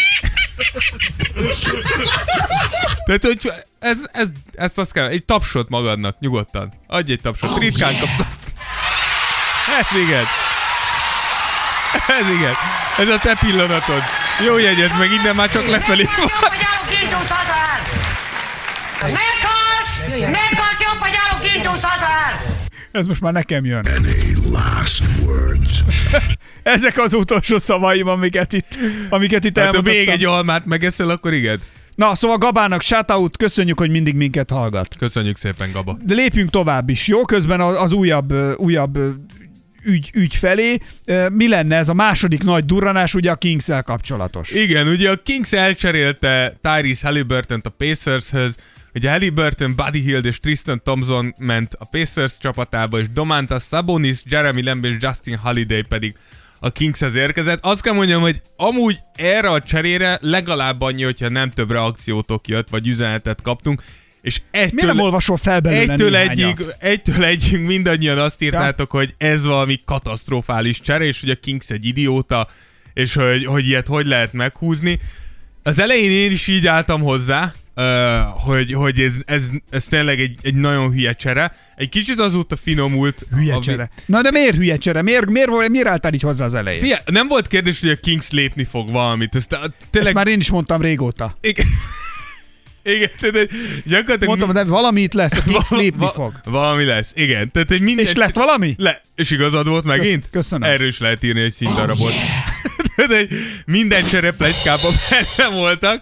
Tehát, hogy ez, ez, ezt azt kell, egy tapsot magadnak, nyugodtan. Adj egy tapsot, ritkán kaptam. Ez igen. Ez igen. Ez a te pillanatod. Jó jegyezd meg, innen már csak lefelé van. Meghalsz! Meghalsz, jobb, hogy állok, kicsúszhatál! Ez most már nekem jön. Any last words? Ezek az utolsó szavaim, amiket itt, amiket itt Hát ha elmondottam. még egy almát megeszel, akkor igen. Na, szóval Gabának shoutout, köszönjük, hogy mindig minket hallgat. Köszönjük szépen, Gaba. De lépjünk tovább is, jó? Közben az, az újabb, ö, újabb ö, ügy, ügy felé. Ö, Mi lenne ez a második nagy durranás, ugye a Kings-el kapcsolatos? Igen, ugye a Kings elcserélte Tyrese Haliburton-t a Pacershöz, ugye Haliburton, Buddy Hield és Tristan Thompson ment a Pacers csapatába, és Domantas Sabonis, Jeremy Lamb és Justin Holiday pedig a Kingshez érkezett. Azt kell mondjam, hogy amúgy erre a cserére legalább annyi, hogyha nem több reakciótok jött, vagy üzenetet kaptunk, és Miért egytől, nem olvasol fel belőle egytől, néhányat? egyig, egytől egyig mindannyian azt írtátok, hogy ez valami katasztrofális csere, és hogy a Kings egy idióta, és hogy, hogy ilyet hogy lehet meghúzni. Az elején én is így álltam hozzá, Uh, hogy, hogy ez, ez, ez tényleg egy, egy nagyon hülye csere. Egy kicsit azóta finomult. Hülye a- csere. Na de miért hülye csere? Miért, miért, miért, miért álltál így hozzá az elején? Fia, nem volt kérdés, hogy a Kings lépni fog valamit. Ez Ezt tényleg... már én is mondtam régóta. Igen, igen, tehát gyakorlatilag... Mondtam, de valami itt lesz, a Kings Va- lépni va- fog. Valami lesz, igen. Tehát, hogy minden... És lett valami? Le, és igazad volt megint? köszönöm. Erről is lehet írni egy színdarabot. Tehát, hogy minden csere pletykában benne voltak,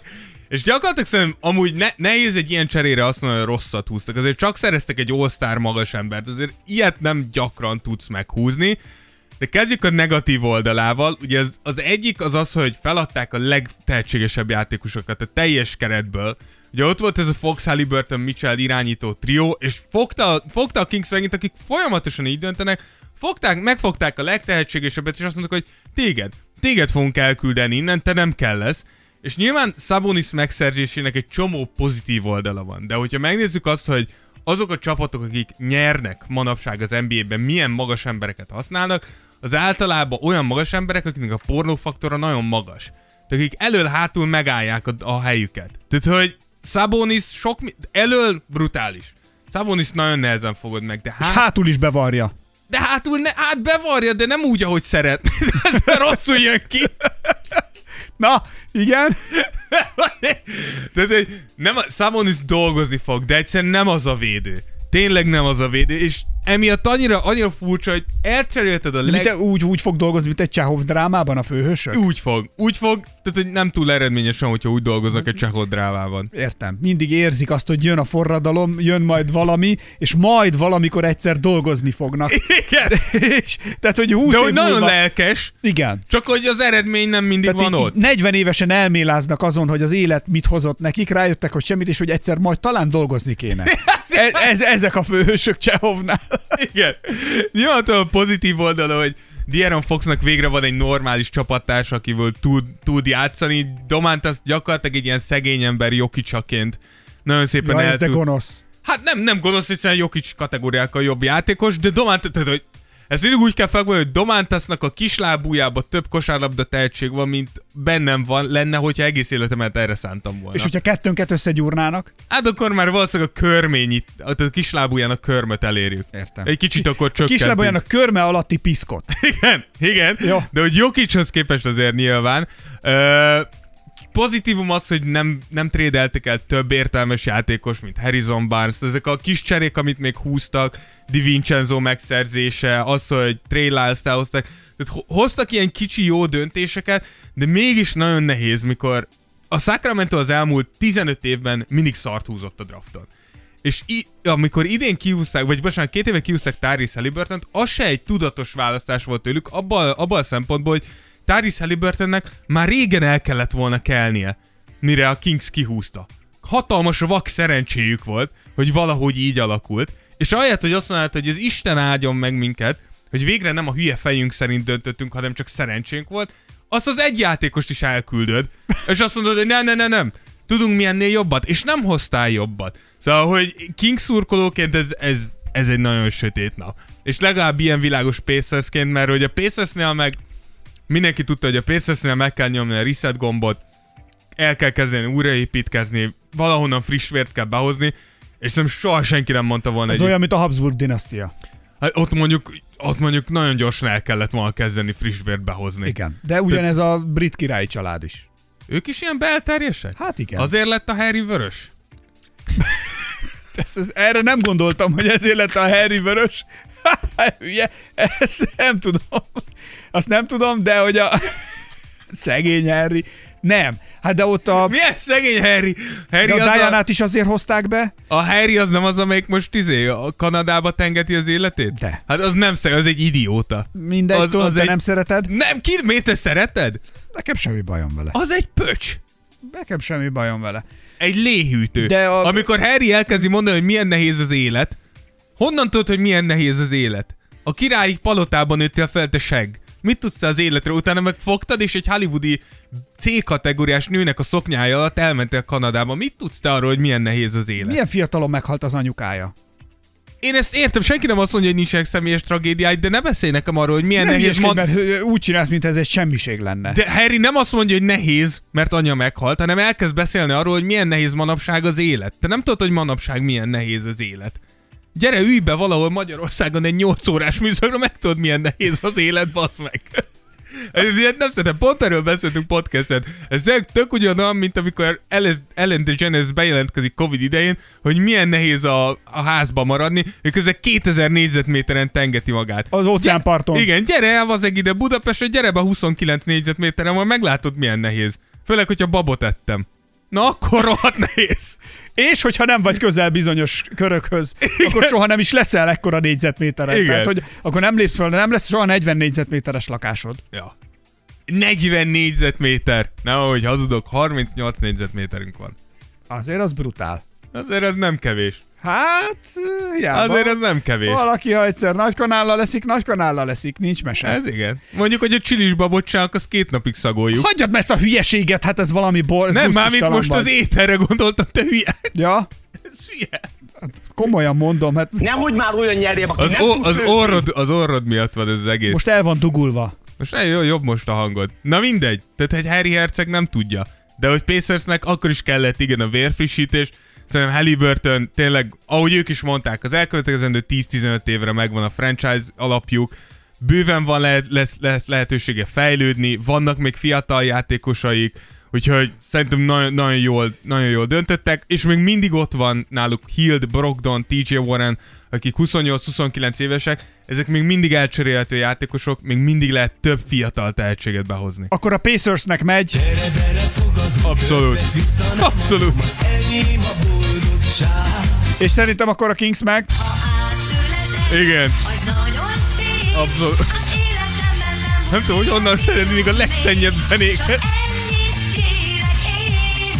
És gyakorlatilag szerintem amúgy ne, nehéz egy ilyen cserére azt mondani, hogy rosszat húztak. Azért csak szereztek egy all-star magas embert, azért ilyet nem gyakran tudsz meghúzni. De kezdjük a negatív oldalával. Ugye az, az egyik az az, hogy feladták a legtehetségesebb játékosokat a teljes keretből. Ugye ott volt ez a Fox, Haliburton, Mitchell irányító trió, és fogta, fogta a Kings megint, akik folyamatosan így döntenek, fogták, megfogták a legtehetségesebbet, és azt mondták, hogy téged, téged fogunk elküldeni innen, te nem kell lesz. És nyilván Sabonis megszerzésének egy csomó pozitív oldala van. De hogyha megnézzük azt, hogy azok a csapatok, akik nyernek manapság az en bé á-ben, milyen magas embereket használnak, az általában olyan magas emberek, akiknek a pornófaktora nagyon magas. Tehát akik elől-hátul megállják a, a helyüket. Tehát, hogy Sabonis sok... Elől brutális. Sabonis nagyon nehezen fogod meg, de hát... És hátul is bevarja. De hátul ne, hát bevarja, de nem úgy, ahogy szeret. Ez rosszul jön ki. Na, igen. Tehát, nem, Sabonis dolgozni fog, de egyszerűen nem az a védő. Tényleg nem az a védő, és emiatt annyira, annyira furcsa, hogy elcserélted a leg... Te úgy, úgy fog dolgozni, mint egy Csehov drámában a főhősök? Úgy fog, úgy fog, tehát hogy nem túl eredményesen, hogyha úgy dolgoznak egy Csehov drámában. Értem. Mindig érzik azt, hogy jön a forradalom, jön majd valami, és majd valamikor egyszer dolgozni fognak. Igen. és, tehát, hogy húsz de év hogy nagyon múlva... lelkes. Igen. Csak hogy az eredmény nem mindig tehát van így, ott. negyven évesen elméláznak azon, hogy az élet mit hozott nekik, rájöttek, hogy semmit, és hogy egyszer majd talán dolgozni kéne. e- ez, ezek a főhősök Csehovnál. Igen. Nyilván a pozitív oldala, hogy De'Aaron Foxnak végre van egy normális csapattárs, akivel tud, tud játszani. Domantas gyakorlatilag egy ilyen szegény ember Jokicsaként nagyon szépen ja, el ez de tud... gonosz. Hát nem, nem gonosz, hiszen Jokic kategóriákkal jobb játékos, de Domantas, tehát hogy ezt mindig úgy kell felgondolni, hogy Domantasnak a kislábújában több kosárlabda tehetség van, mint bennem van, lenne, hogyha egész életemet erre szántam volna. És hogyha kettőnket összegyúrnálnak? Hát akkor már valószínűleg a körményit, a kislábúján a körmöt elérjük. Értem. Egy kicsit akkor csökkentünk. Kislábúján a körme alatti piszkot. Igen, igen. Jó. De hogy Jokichoz képest azért nyilván. Ö, pozitívum az, hogy nem, nem trédeltek el több értelmes játékos, mint Harrison Barnes. Ezek a kis cserék, amit még húztak, DiVincenzo megszerzése, az, hogy Trey Lyles-t elhoztak. Tehát hoztak ilyen kicsi jó döntéseket, de mégis nagyon nehéz, mikor a Sacramento az elmúlt tizenöt évben mindig szart húzott a drafton. És i- amikor idén kihúzták, vagy bocsánat, két éve kihúzták Tyrese Haliburtont, az se egy tudatos választás volt tőlük, abban abba a szempontból, hogy Tyrese Haliburtonnek már régen el kellett volna kelnie, mire a Kings kihúzta. Hatalmas vak szerencséjük volt, hogy valahogy így alakult, és ahelyett, hogy azt mondod, hogy ez Isten áldjon meg minket, hogy végre nem a hülye fejünk szerint döntöttünk, hanem csak szerencsénk volt, azt az egy játékost is elküldöd, és azt mondod, hogy ne, ne, ne, nem, tudunk mi ennél jobbat, és nem hoztál jobbat. Szóval, hogy Kings szurkolóként ez, ez, ez egy nagyon sötét nap. És legalább ilyen világos Pacersként, mert hogy a Pacersnél meg mindenki tudta, hogy a Pacersnél meg kell nyomni a reset gombot, el kell kezdeni újraépítkezni, valahonnan friss vért kell behozni, és szerintem soha senki nem mondta volna. Ez egy... olyan, mint a Habsburg dinasztia. Hát ott mondjuk, ott mondjuk nagyon gyorsan el kellett volna kezdeni friss vért behozni. Igen, de ugyanez a brit királyi család is. Ők is ilyen belterjesek? Hát igen. Azért lett a Harry vörös? Ezt, ezt, erre nem gondoltam, hogy ezért lett a Harry vörös. Hülye, ezt nem tudom. Azt nem tudom, de hogy a szegény Harry. Nem. Hát de ott a... Milyen szegény Harry? Harry De a az Dianát a... is azért hozták be. A Harry az nem az, amelyik most izé, a Kanadába tengeti az életét? De. Hát az nem szegény, az egy idióta. Mindegy, az, tudod, az te egy... nem szereted? Nem, ki, miért te szereted? Nekem semmi bajom vele. Az egy pöcs. Nekem semmi bajom vele. Egy léhűtő. De a... Amikor Harry elkezdi mondani, hogy milyen nehéz az élet, honnan tudod, hogy milyen nehéz az élet? A királyi palotában nőttél fel, te segg. Mit tudsz te az életre? Utána megfogtad, és egy hollywoodi C-kategóriás nőnek a szoknyája alatt elmentél Kanadába. Mit tudsz te arról, hogy milyen nehéz az élet? Milyen fiatalon meghalt az anyukája? Én ezt értem, senki nem azt mondja, hogy nincsenek személyes tragédiái, de ne beszélj nekem arról, hogy milyen nem nehéz... Mond... mert úgy csinálsz, mint ez egy semmiség lenne. De Harry nem azt mondja, hogy nehéz, mert anya meghalt, hanem elkezd beszélni arról, hogy milyen nehéz manapság az élet. Te nem tudod, hogy manapság milyen nehéz az élet. Gyere, ülj be valahol Magyarországon egy nyolc órás műsorra, meg tudod, milyen nehéz az élet, bassz meg. Ez ilyet nem szeretem, pont erről beszéltünk podcastet. Ez tök ugyanolyan, mint amikor Ellen DeGeneres bejelentkezik Covid idején, hogy milyen nehéz a, a házba maradni, és közben kétezer négyzetméteren tengeti magát. Az óceánparton. Gy- igen, gyere el vazeg ide Budapestre, gyere be huszonkilenc négyzetméteren, majd meglátod, milyen nehéz. Főleg, hogyha babot ettem. Na akkor rohadt nehéz. És hogyha nem vagy közel bizonyos körökhöz, akkor soha nem is leszel ekkora négyzetméteren. Igen. Tehát, hogy akkor nem lépsz föl, nem lesz soha negyven négyzetméteres lakásod. Ja. negyven négyzetméter. Nem, ahogy hazudok, harmincnyolc négyzetméterünk van. Azért az brutál. Azért ez nem kevés. Hát, hiába. Azért ez nem kevés. Valaki, ha egyszer nagy kanállal leszik, nagy kanállal leszik, nincs mese. Ez igen. Mondjuk, hogy a csilis babocsának az két napig szagoljuk. Hagyjad meg ezt a hülyeséget, hát ez valami bor... ez Nem, mármint gusztustalan most vagy. az ételre gondoltam, te hülye. Ja, Ez hülye. komolyan mondom, hát Nehogy már olyan nyerjem, aki Az, nem o- tud az, főzni. orrod, az orrod miatt van ez az egész. Most, most el van dugulva. most jó, jobb most a hangod. Na mindegy. Tehát, hogy Harry Herceg nem tudja. De hogy Pacersnek akkor is kellett, igen, a vérfrissítés. Szerintem Halliburton tényleg, ahogy ők is mondták, az elkövetkezendő tíz-tizenöt évre megvan a franchise alapjuk, bőven van lehet, lesz, lesz lehetősége fejlődni, vannak még fiatal játékosaik, úgyhogy szerintem nagyon, nagyon, jól, nagyon jól döntöttek, és még mindig ott van náluk Hield, Brogdon, té jé Warren, akik huszonnyolc-huszonkilenc évesek, ezek még mindig elcserélhető játékosok, még mindig lehet több fiatal tehetséget behozni. Akkor a Pacersnek megy. Abszolút. Abszolút. És szerintem akkor a Kings meg. Igen. Az nagyon szép. Abszolút. Az életemben nem Nem tudom, hogy honnan szeretnék a legszennyebb zenéket. ennyit kérek én.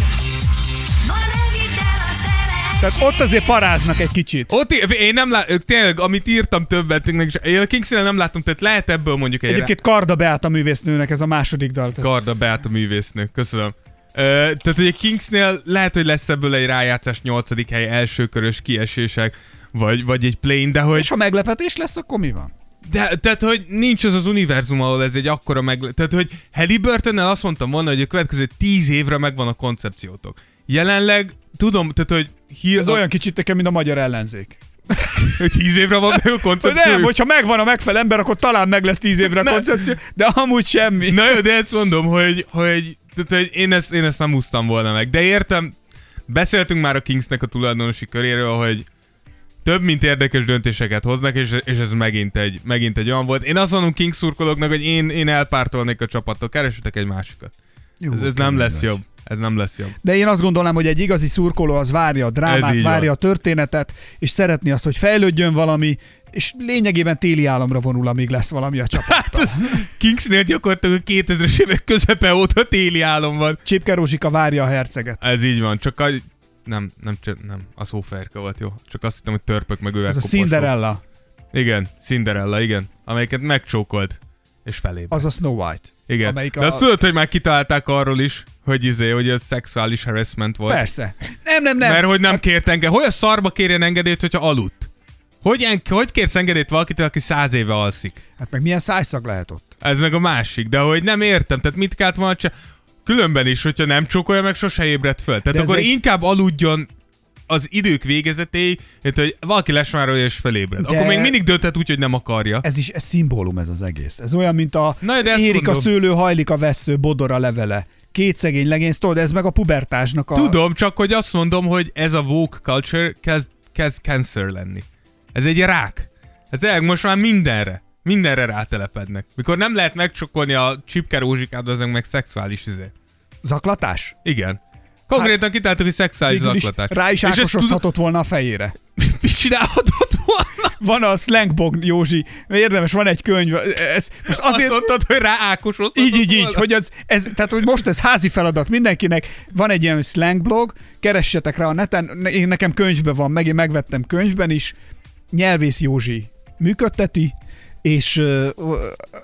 Ma ne vidd el a szemed. Tehát ott azért paráznak egy kicsit. Ott é- én nem látom, tényleg, amit írtam többet, is, én a Kingsley nem láttam, tehát lehet ebből mondjuk egy Egyébként Karda Beáta művésznőnek ez a második dalt. ez- Garda Beáta művésznő, köszönöm. Ö, tehát, hogy a Kingsnél lehet, hogy lesz ebből egy rájátszás nyolcadik hely, elsőkörös kiesések, vagy, vagy egy play-in, de hogy... És ha meglepetés lesz, akkor mi van? De, tehát, hogy nincs az az univerzum, ahol ez egy akkora meg... Tehát, hogy Halliburtonnel azt mondtam volna, hogy a következő tíz évre megvan a koncepciótok. Jelenleg, tudom, tehát, hogy... Hi- Ez olyan kicsit nekem, mint a magyar ellenzék. hogy tíz évre van meg a Hogy koncepció. nem, hogyha megvan a megfelelő ember, akkor talán meg lesz tíz évre a Nem. koncepció, de amúgy semmi. Na jó, de ezt mondom, hogy, hogy, tehát, hogy én, ezt, én ezt nem úsztam volna meg. De értem, beszéltünk már a Kingsnek a tulajdonosi köréről, hogy több mint érdekes döntéseket hoznak, és, és ez megint egy, megint egy olyan volt. Én azt mondom Kings szurkolóknak, hogy én, én elpártolnék a csapattól, keresetek egy másikat. Jó, Ez, ez nem lesz jobb. Ez nem lesz jobb. De én azt gondolom, hogy egy igazi szurkoló az várja a Ez drámát, így várja van. a történetet, és szeretné azt, hogy fejlődjön valami, és lényegében téli álomra vonul, amíg lesz valami a csapattal. Kingsnél gyakorlatilag a kétezres évek közepe óta téli álom van. Csipke Rózsika várja a herceget. Ez így van, csak a... Nem, nem, csak, nem, az hófehérke volt, jó. Csak azt hittem, hogy törpök meg ővel Ez a koporsok. Cinderella, Igen, Cinderella, igen. Amelyiket megcsókolt, és felébe. az a Snow White. Igen. amelyik De a- azt tudod, hogy már kitalálták arról is, hogy izé, hogy ez szexuális harassment volt. Persze. Nem, nem, nem. Mert hogy nem kért engedélyt. Hogy a szarba kérjen engedélyt, hogyha aludt? Hogy, en- hogy kérsz engedélyt valakitől, aki száz éve alszik? Hát meg milyen szájszag lehet ott? Ez meg a másik. De hogy nem értem, tehát mit kellett volna csinálni? Különben is, hogyha nem csókolja meg, sose ébredt föl. Tehát De ez akkor egy- inkább aludjon az idők végezetéig, mint hogy valaki lesmárolja és felébred. De- Akkor még mindig dönthet úgy, hogy nem akarja. Ez is ez szimbólum ez az egész. Ez olyan, mint a Na, de ezt érik a mondom. szőlő, hajlik a vessző, bodor a levele. Két szegény legény, tudod, ez meg a pubertásnak a... Tudom, csak hogy azt mondom, hogy ez a woke culture kezd, kezd cancer lenni. Ez egy rák. Ez tényleg most már mindenre. Mindenre rátelepednek. Mikor nem lehet megcsokolni a Csipke Rózsikát, az meg szexuális izé. Zaklatás? Igen. Konkrétan hát, kitáltak, hogy szexuális Végül is zaklatás. rá is És ezt ákosozhatott volna a fejére. tudod, mit csinálhatott volna? Van a Slangbog, Józsi, érdemes, van egy könyv, ez most Azért azért... azt mondtad, hogy rá ákosozhatott Így, így, így, volna? hogy ez, ez, tehát hogy most ez házi feladat mindenkinek, van egy ilyen slang-blog, keressetek rá a neten, ne- én nekem könyvben van, meg én megvettem könyvben is, Nyelvész Józsi működteti, és, ö, ö,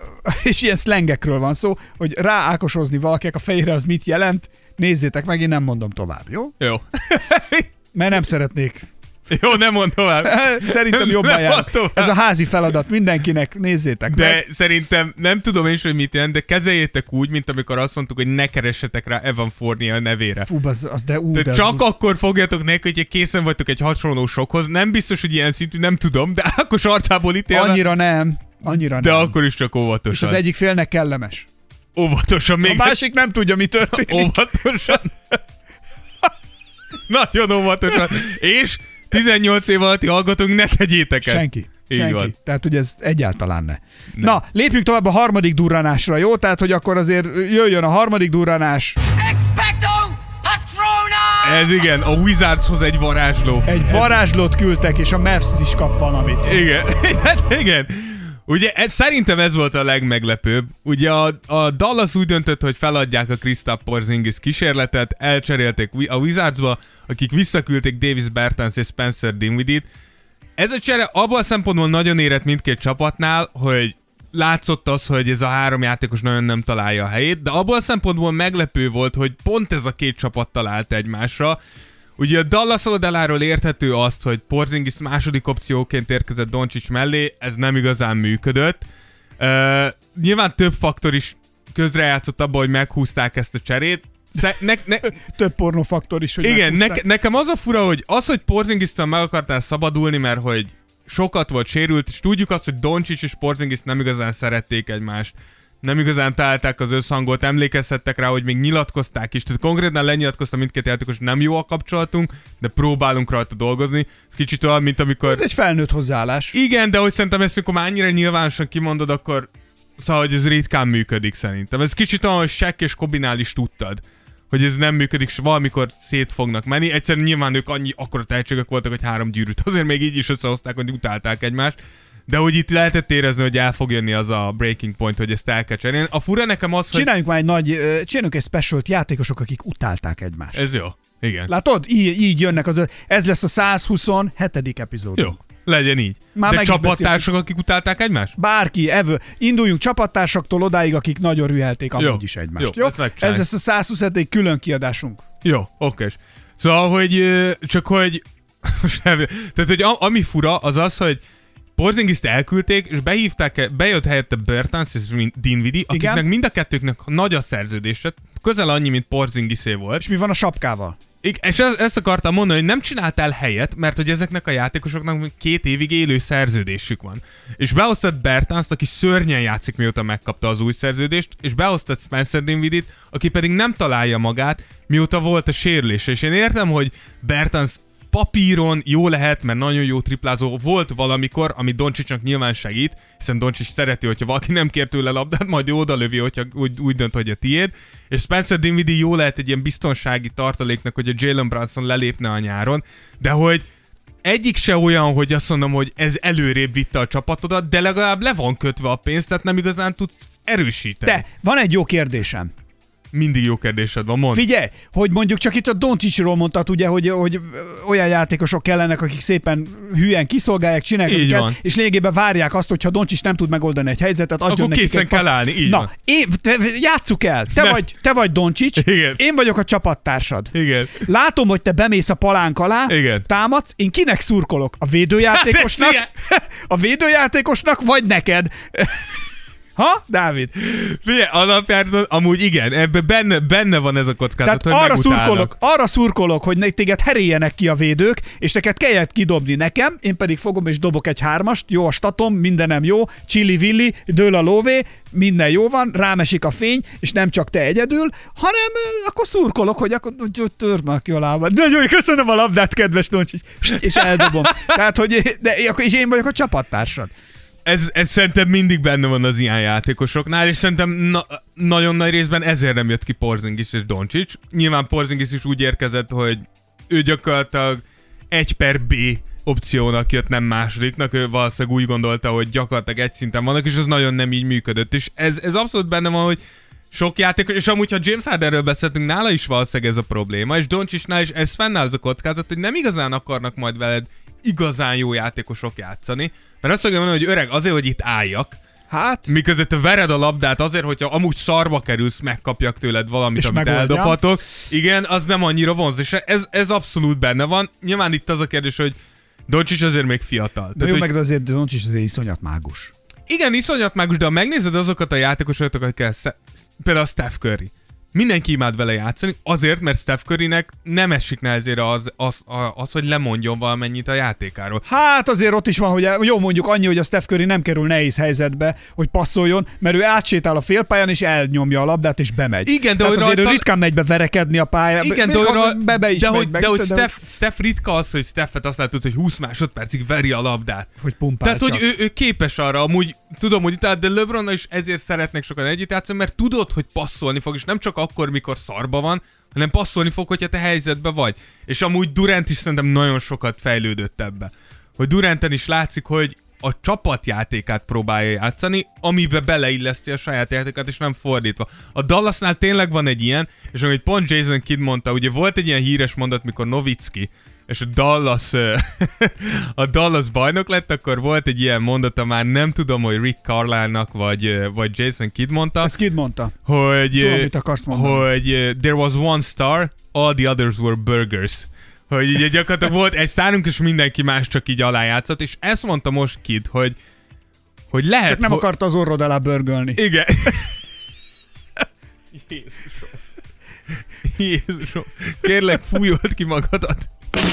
és ilyen slangekről van szó, hogy ráákosozni valakinek a fejére az mit jelent, nézzétek meg, én nem mondom tovább, jó? Jó. Mert nem szeretnék. Jó, nem mond tovább. Szerintem jobban Nem jár. mond tovább. Ez a házi feladat mindenkinek, nézzétek De meg. szerintem nem tudom én is, hogy mit jelent, de kezeljétek úgy, mint amikor azt mondtuk, hogy ne keressetek rá Evan Fournier nevére. Fú, az, az de ú, De de az csak ú- akkor fogjátok neki, hogyha készen vagytok egy hasonló sokhoz. Nem biztos, hogy ilyen szintű, nem tudom, de Ákos arcából ítélve, Annyira nem, annyira de nem. akkor is csak És óvatosan. az egyik félnek kellemes. Óvatosan még. A másik nem tudja, mi történik. Óvatosan. Nagyon óvatosan. És tizennyolc év alatti hallgatók, ne tegyétek ezt. Senki. Így Senki. van. Tehát, hogy ez egyáltalán ne. Na, lépjünk tovább a harmadik durranásra, jó? Tehát, hogy akkor azért jöjjön a harmadik durranás. Expecto Patronum! Ez igen, a Wizardshoz egy varázsló. Egy varázslót küldtek, és a Mavs is kap valamit. Igen, hát igen. Ugye ez, szerintem ez volt a legmeglepőbb. Ugye a, a Dallas úgy döntött, hogy feladják a Kristaps Porzingis kísérletet, elcserélték a Wizardsba, akik visszaküldték Davis Bertans és Spencer Dinwiddie-t. Ez a csere abban a szempontból nagyon érett mindkét csapatnál, hogy látszott az, hogy ez a három játékos nagyon nem találja a helyét, de abban a szempontból meglepő volt, hogy pont ez a két csapat talált egymásra. Ugye a Dallas oldaláról érthető azt, hogy Porzingis második opcióként érkezett Doncic mellé, ez nem igazán működött. Uh, nyilván több faktor is közrejátszott abban, hogy meghúzták ezt a cserét. Ne, ne, Több pornófaktor is, hogy igen, ne, nekem az a fura, hogy az, hogy Porzingistől meg akartál szabadulni, mert hogy sokat volt sérült, és tudjuk azt, hogy Doncic és Porzingis nem igazán szerették egymást. Nem igazán találták az összhangot, emlékezhettek rá, hogy még nyilatkozták is. Tehát konkrétan lenyilatkozta mindkét játékos, nem jó a kapcsolatunk, de próbálunk rajta dolgozni. Ez kicsit olyan, mint amikor... Ez egy felnőtt hozzáállás. Igen, de hogy szerintem ezt, amikor már annyira nyilvánosan kimondod, akkor szóval, hogy ez ritkán működik szerintem. Ez kicsit olyan, hogy Shaq és Kobinál is tudtad, hogy ez nem működik, és valamikor szét fognak menni. Egyszerűen nyilván ők annyi akkora tehetségek voltak, hogy három gyűrűt. Azért még így is összehozták, hogy utálták egymást. De hogy itt lehetett érezni, hogy el fog jönni az a breaking point, hogy ezt el kell cserélni. A fura nekem az, hogy... Csináljunk már egy nagy, uh, csináljunk egy specialt játékosok, akik utálták egymást. Ez jó. Igen. Látod? Így, így jönnek az... Ez lesz a száz huszonhetedik epizód. Jó. Legyen így. Már de csapattársak, akik utálták egymást? Bárki, ever. Induljunk csapattársaktól odáig, akik nagyon rühelték amúgy jó. is egymást. Jó, Jó? Ez lesz a száz huszonhetedik külön kiadásunk. Jó, oké. Szóval, hogy csak hogy... Tehát, hogy ami fura, az az, hogy Porzingist elküldték, és behívták, bejött helyette Bertans és Dinwiddie, akiknek igen? mind a kettőknek nagy a szerződése, közel annyi, mint Porzingisé volt. És mi van a sapkával? És ezt, ezt akartam mondani, hogy nem csináltál helyet, mert hogy ezeknek a játékosoknak két évig élő szerződésük van. És behoztad Bertanst, aki szörnyen játszik, mióta megkapta az új szerződést, és behoztad Spencer Dinwiddie-t, aki pedig nem találja magát, mióta volt a sérülése. És én értem, hogy Bertans papíron jó lehet, mert nagyon jó triplázó volt valamikor, ami Doncicnak nyilván segít, hiszen Doncic szereti, hogyha valaki nem kér tőle labdát, majd ő odalövi, hogyha úgy, úgy dönt, hogy a tiéd. És Spencer Dinwiddie jó lehet egy ilyen biztonsági tartaléknak, hogy a Jalen Brunson lelépne a nyáron, de hogy egyik se olyan, hogy azt mondom, hogy ez előrébb vitte a csapatodat, de legalább le van kötve a pénz, tehát nem igazán tudsz erősíteni. Te, van egy jó kérdésem. Mindig jó kérdésed van, mondd. Figyelj, hogy mondjuk csak itt a Doncicról mondtad, ugye, hogy, hogy olyan játékosok kellenek, akik szépen hülyen kiszolgálják, csinálják őket, és lényegében várják azt, hogyha Doncic nem tud megoldani egy helyzetet, adjon akkor nekik készen egy kell állni, így Na, van. Én, te, játsszuk el, te ne. vagy, te vagy Doncic, igen. Én vagyok a csapattársad. Igen. Látom, hogy te bemész a palánk alá, igen. támadsz, én kinek szurkolok? A védőjátékosnak? A védőjátékosnak, vagy neked? Ha, Dávid? Figyelj, alapjártan amúgy igen, ebben benne, benne van ez a kockázat, tehát hogy arra szurkolok, arra szurkolok, hogy téged heréljenek ki a védők, és neked kellett kidobni nekem, én pedig fogom és dobok egy hármast, jó a statom, mindenem jó, chili-villi, dől a lóvé, minden jó van, rám esik a fény, és nem csak te egyedül, hanem akkor szurkolok, hogy akkor törd már ki a lábad. De jó, köszönöm a labdát, kedves Doncsics, és eldobom. Tehát, hogy de, és én vagyok a csapattársad. Ez, ez szerintem mindig benne van az ilyen játékosoknál, és szerintem na, nagyon nagy részben ezért nem jött ki Porzingis és Doncic. Nyilván Porzingis is úgy érkezett, hogy ő gyakorlatilag egy per B opciónak jött, nem másodiknak. Ő valószínűleg úgy gondolta, hogy gyakorlatilag egy szinten vannak, és ez nagyon nem így működött. És ez, ez abszolút benne van, hogy sok játékos, és amúgy, ha James Hardenről beszéltünk, nála is valószínűleg ez a probléma, és Doncicnál is ez fennáll az a kockázat, hogy nem igazán akarnak majd veled igazán jó játékosok játszani. Mert azt fogja mondani, hogy öreg, azért, hogy itt álljak, hát, miközben te vered a labdát azért, hogyha amúgy szarba kerülsz, megkapjak tőled valamit, és amit megoldjam. Eldobhatok. Igen, az nem annyira vonz, és ez, ez abszolút benne van. Nyilván itt az a kérdés, hogy Doncic azért még fiatal. De jó, hogy... meg azért Doncic azért iszonyat mágus. Igen, iszonyat mágus, de ha megnézed azokat a játékosokat, akikkel sze... például a Steph Curry. Mindenki imád vele játszani, azért, mert Steph Currynek nem esik nehezére az, az, az, hogy lemondjon valamennyit a játékáról. Hát azért ott is van, hogy jó, mondjuk annyi, hogy a Steph Curry nem kerül nehéz helyzetbe, hogy passzoljon, mert ő átsétál a félpályán, és elnyomja a labdát, és bemegy. Igen, de azért rajta... ő ritkán megy be verekedni a pályán. Igen, de, rá... be, be is de, megy hogy, be, de hogy de Steph, Steph ritka az, hogy Stephet azt látod, hogy húsz másodpercig veri a labdát. Hogy pumpál. Tehát, hogy ő, ő képes arra, amúgy tudom, hogy utána, de LeBronnal is ezért szeretnek sokan együtt játszani, mert tudod, hogy passzolni fog, és nem csak akkor, mikor szarba van, hanem passzolni fog, hogyha te helyzetben vagy. És amúgy Durant is szerintem nagyon sokat fejlődött ebbe. Hogy Duranten is látszik, hogy a csapatjátékát próbálja játszani, amiben beleilleszti a saját játékát, és nem fordítva. A Dallasnál tényleg van egy ilyen, és ahogy pont Jason Kidd mondta, ugye volt egy ilyen híres mondat, mikor Nowitzki és a Dallas, a Dallas bajnok lett, akkor volt egy ilyen mondata, már nem tudom, hogy Rick Carlisle-nak vagy, vagy Jason Kidd mondta. Ezt Kidd mondta. Hogy, tudom, mit akarsz mondani. Hogy there was one star, all the others were burgers. Hogy ugye gyakorlatilag volt egy sztárunk, és mindenki más csak így alájátszott, és ezt mondta most Kidd, hogy, hogy lehet... Csak nem ho- akarta az orrod alá börgölni. Igen. Jézusom. Jézusom. Kérlek, fújold ki magadat.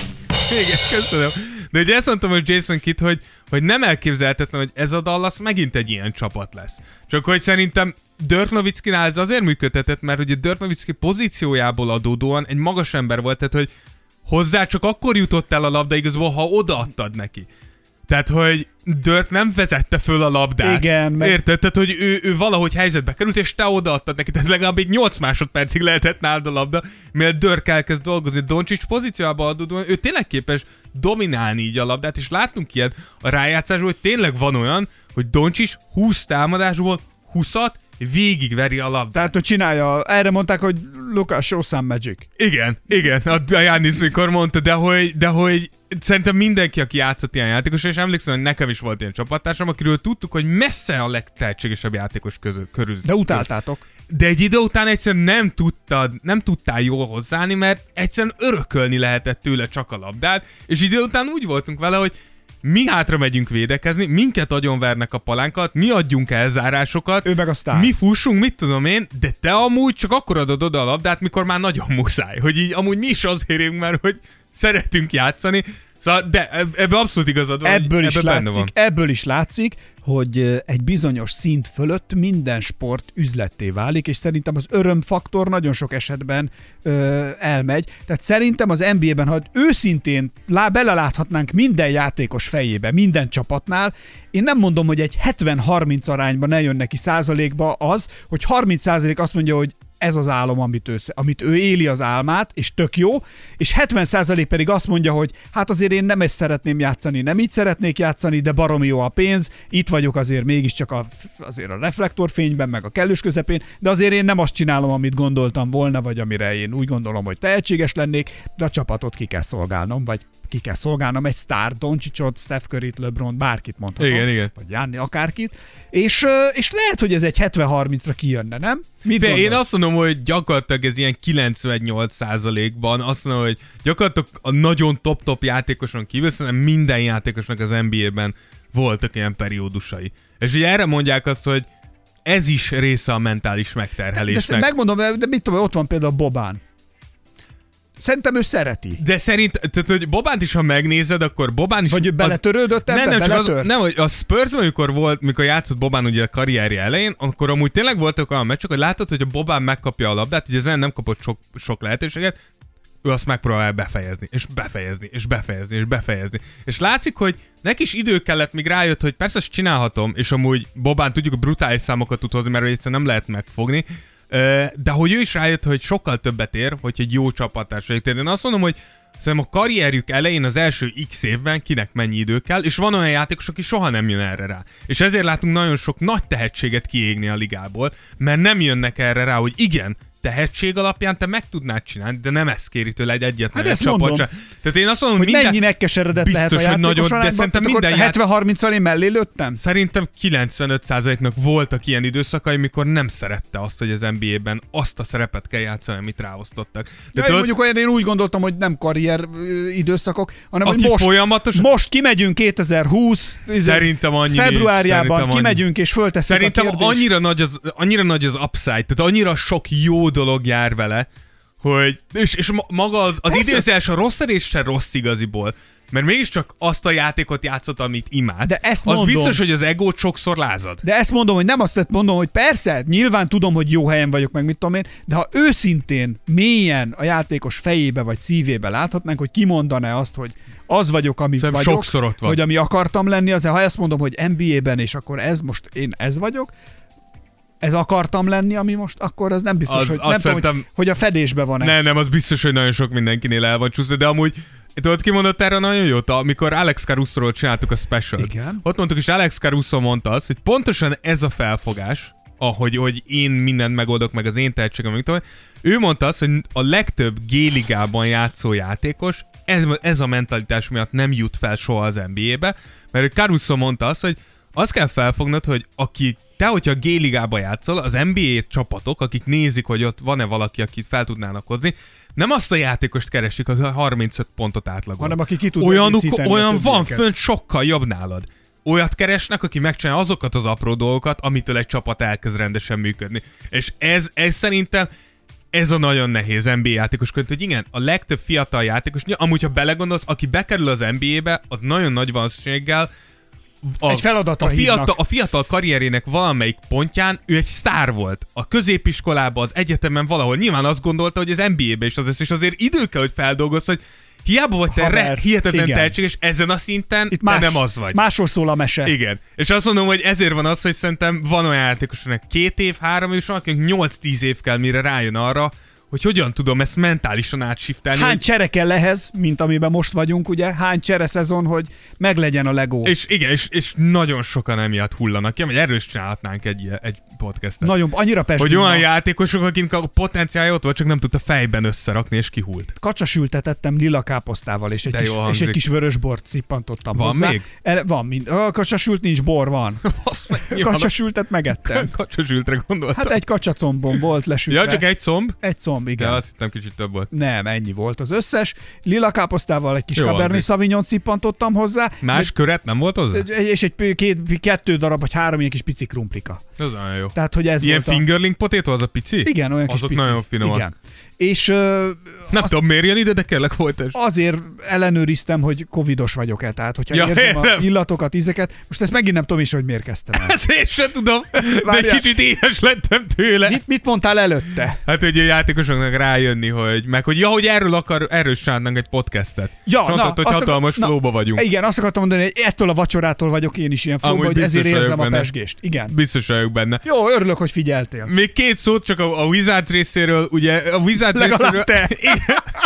Igen, köszönöm. De ugye ezt mondtam, hogy Jason Kidd, hogy, hogy nem elképzelhetetlen, hogy ez a Dallas megint egy ilyen csapat lesz. Csak hogy szerintem Dirk Nowitzkinál ez azért működhetett, mert ugye Dirk Nowitzki pozíciójából adódóan egy magas ember volt, tehát hogy hozzá csak akkor jutott el a labda igazából, ha odaadtad neki. Tehát, hogy Dirk nem vezette föl a labdát. Igen. Meg... Érted? Tehát, hogy ő, ő valahogy helyzetbe került, és te odaadtad neki. Tehát legalább egy nyolc másodpercig lehetett nálad a labda, mert Dirk elkezd dolgozni. Doncic pozíciójába adódóan, ő tényleg képes dominálni így a labdát, és láttunk ilyet a rájátszásból, hogy tényleg van olyan, hogy Doncic húsz támadásból húszat végigveri a labdát. Tehát, hogy csinálja, erre mondták, hogy Lucas, show some magic. Igen, igen, a Giannis mikor mondta, de hogy, de hogy szerintem mindenki, aki játszott ilyen játékos, és emlékszem, hogy nekem is volt ilyen csapattársam, akiről tudtuk, hogy messze a legtehetségesebb játékos közül. körül. De utáltátok. De egy idő után egyszerűen nem tudtad, nem tudtál jól hozzáállni, mert egyszerűen örökölni lehetett tőle csak a labdát, és idő után úgy voltunk vele, hogy mi hátra megyünk védekezni, minket agyonvernek a palánkat, mi adjunk elzárásokat, ő meg a sztár. Mi fussunk, mit tudom én, de te amúgy csak akkor adod oda a labdát, mikor már nagyon muszáj. Hogy így amúgy mi is azért érünk már, hogy szeretünk játszani. Szóval, de ebbe abszolút igazad van, ebből is ebbe benne látszik, van. Ebből is látszik, hogy egy bizonyos szint fölött minden sport üzletté válik, és szerintem az örömfaktor nagyon sok esetben ö, elmegy. Tehát szerintem az en bé á-ben, ha őszintén lá, beleláthatnánk minden játékos fejébe, minden csapatnál, én nem mondom, hogy egy hetven harminc arányban ne jön neki százalékba az, hogy harminc százalék azt mondja, hogy ez az álom, amit ő, amit ő éli az álmát, és tök jó, és hetven százalék pedig azt mondja, hogy hát azért én nem ezt szeretném játszani, nem így szeretnék játszani, de baromi jó a pénz, itt vagyok azért mégiscsak a, azért a reflektorfényben, meg a kellős közepén, de azért én nem azt csinálom, amit gondoltam volna, vagy amire én úgy gondolom, hogy tehetséges lennék, de a csapatot ki kell szolgálnom, vagy ki kell szolgálnom egy sztár, Doncicot, Steph Curryt, LeBron, bárkit mondhatom, igen, igen. vagy Gianni, akárkit, és, és lehet, hogy ez egy hetven harmincra kijönne, nem? Mit Fe, gondolsz? én azt mondom, hogy gyakorlatilag ez ilyen kilencvennyolc százalékban, azt mondom, hogy gyakorlatilag a nagyon top-top játékoson kívül, szerintem minden játékosnak az en bé á-ben voltak ilyen periódusai. És ugye erre mondják azt, hogy ez is része a mentális megterhelésnek. De, de megmondom, de mit tudom, ott van például Bobán. Szerintem ő szereti. De szerint, tehát, hogy Bobánt is, ha megnézed, akkor Bobán is... Vagy ő beletörődött ebbe? Nem, nem, csak az, beletört? nem, hogy a Spursban, amikor volt, mikor játszott Bobán ugye a karrierje elején, akkor amúgy tényleg voltak olyan meccsek, hogy látod, hogy a Bobán megkapja a labdát, ugye ezen nem kapott sok, sok lehetőséget, ő azt megpróbál befejezni, és befejezni, és befejezni, és befejezni. És látszik, hogy neki is idő kellett, míg rájött, hogy persze ezt csinálhatom, és amúgy Bobán tudjuk, hogy brutális számokat tud hozni, mert egyszerűen nem lehet megfogni, de hogy ő is rájött, hogy sokkal többet ér, hogy egy jó csapattársaik. Én azt mondom, hogy szerintem a karrierjük elején az első x évben kinek mennyi idő kell, és van olyan játékos, aki soha nem jön erre rá. És ezért látunk nagyon sok nagy tehetséget kiégni a ligából, mert nem jönnek erre rá, hogy igen, tehetség alapján te meg tudnád csinálni, de nem ezt kéri tőle egy egyetlen hát egy csapat sem. Tehát én azt mondom, hogy minden... mennyi megkeseredett biztos, lehet a játékos nagyon, arányban, de szerintem minden ját... hetven harminccal én mellé lőttem? Szerintem kilencvenöt százaléknak voltak ilyen időszakai, mikor nem szerette azt, hogy az en bé á-ben azt a szerepet kell játszani, amit ráosztottak. De ja, tőle... mondjuk olyan, én úgy gondoltam, hogy nem karrier időszakok, hanem Aki hogy most, folyamatos... most kimegyünk kétezer-húsz szerintem annyi februárjában szerintem kimegyünk és föltesszük szerintem a kérdést. annyira nagy az, annyira nagy az upside, tehát annyira sok jó dolog jár vele, hogy, és, és maga az, az időzés a rossz és se rossz igaziból, mert mégiscsak azt a játékot játszott, amit imád. De ezt az mondom, biztos, hogy az egót sokszor lázad. De ezt mondom, hogy nem azt mondom, hogy persze, nyilván tudom, hogy jó helyen vagyok, meg mit tudom én, de ha őszintén, mélyen a játékos fejébe vagy szívébe láthatnánk, hogy kimondaná azt, hogy az vagyok, ami Szerintem vagyok, sokszor ott van. hogy ami akartam lenni, az, ha ezt mondom, hogy en bé á-ben, és akkor ez most én ez vagyok, ez akartam lenni, ami most, akkor az nem biztos, Az- hogy, azt nem tudom, szerintem- hogy, hogy a fedésben van-e. Nem, nem, az biztos, hogy nagyon sok mindenkinél el van csúszva, de amúgy tudod, ki mondott erre nagyon jót? Amikor Alex Caruso-ról csináltuk a specialt. Igen. Ott mondtuk, és Alex Caruso mondta azt, hogy pontosan ez a felfogás, ahogy hogy én mindent megoldok, meg az én tehetségem, meg tudom, ő mondta azt, hogy a legtöbb G-ligában játszó játékos ez, ez a mentalitás miatt nem jut fel soha az en bé á-be, mert Caruso mondta azt, hogy azt kell felfognod, hogy aki, te, hogyha G-ligában játszol, az en bé á csapatok, akik nézik, hogy ott van-e valaki, akit fel tudnának hozni, nem azt a játékost keresik, aki harmincöt pontot átlagol. Hanem aki ki tud Olyanuk, egészíteni a olyan van többieket. fönt sokkal jobb nálad. Olyat keresnek, aki megcsinálja azokat az apró dolgokat, amitől egy csapat elkezd rendesen működni. És ez, ez szerintem ez a nagyon nehéz en bé á játékos között, hogy igen, a legtöbb fiatal játékos, amúgy ha belegondolsz, aki bekerül az en bé á-be, az nagyon nagy valószínűséggel a, Egy feladatra a fiatal, hívnak. a fiatal karrierének valamelyik pontján ő egy sztár volt. A középiskolában, az egyetemen valahol. Nyilván azt gondolta, hogy az en bé á-be is az lesz, és azért idő kell, hogy feldolgozz, hogy hiába vagy te Haver, re, hihetetlen igen. tehetséges, ezen a szinten Itt te más, nem az vagy. Másról szól a mese. Igen. És azt mondom, hogy ezért van az, hogy szerintem van olyan játékos, akinek két év, három év, és van, akinek nyolc-tíz év kell, mire rájön arra, hogy hogyan tudom ezt mentálisan átsiftelni. Hány hogy... csere kell ehhez, mint amiben most vagyunk, ugye? Hány csere szezon, hogy meglegyen a Lego. És igen, és, és nagyon sokan emiatt hullanak ki, vagy erről is csinálhatnánk egy, ilyen- egy podcastet. Nagyon, annyira hogy pestünk olyan van. játékosok, akik a potenciálja ott volt, csak nem tudta fejben összerakni, és kihult. Kacsasültet ettem lila káposztával, és egy, De kis, jól és hangzik. egy kis vörös bort szippantottam Van hozzá. még? Erre, van, mind. A kacsasült nincs, bor van. Azt meg nyilván a- Kacsasültet megettem. Kacsasültre gondoltam. Hát egy kacsacombom volt lesütve. Ja, csak egy comb? Egy comb, igen. De azt hittem kicsit több volt. Nem, ennyi volt az összes. Lila káposztával egy kis Jó, Cabernet hangzik. Sauvignon szippantottam hozzá. Más köret nem volt hozzá? Egy- És egy két, kettő darab, vagy három ilyen kis pici krumplika. Ez nagyon jó. Tehát, hogy ez Ilyen volt a... fingerling potato, az a pici? Igen, olyan kis Azok pici. nagyon finomak. Igen. És ö, Nem azt tudom, miért jön ide, de kellek folytasd. azért ellenőriztem, hogy covidos vagyok-e. Tehát, hogyha Ja, ja, érzem értem. a illatokat, ízeket, most ezt megint nem tudom is, hogy miért kezdtem el. Ezt én sem tudom, de egy Várjál. kicsit éhes lettem tőle. Mit, mit mondtál előtte? Hát, hogy a játékosoknak rájönni, hogy meg hogy ja, hogy erről akar, erről csinálnánk egy podcastet. Ja, És mondtad, hogy azt hatalmas akar- flowba vagyunk. Igen, azt akartam mondani, hogy ettől a vacsorától vagyok én is ilyen flowba, Amúgy hogy ezért biztos érzem vagyok a benne. pesgést. Igen. Biztos vagyok benne. Jó, örülök, hogy figyeltél. Még két szót csak a, a Wizards részéről, ugye a Wizards Legalább részéről... te. Igen.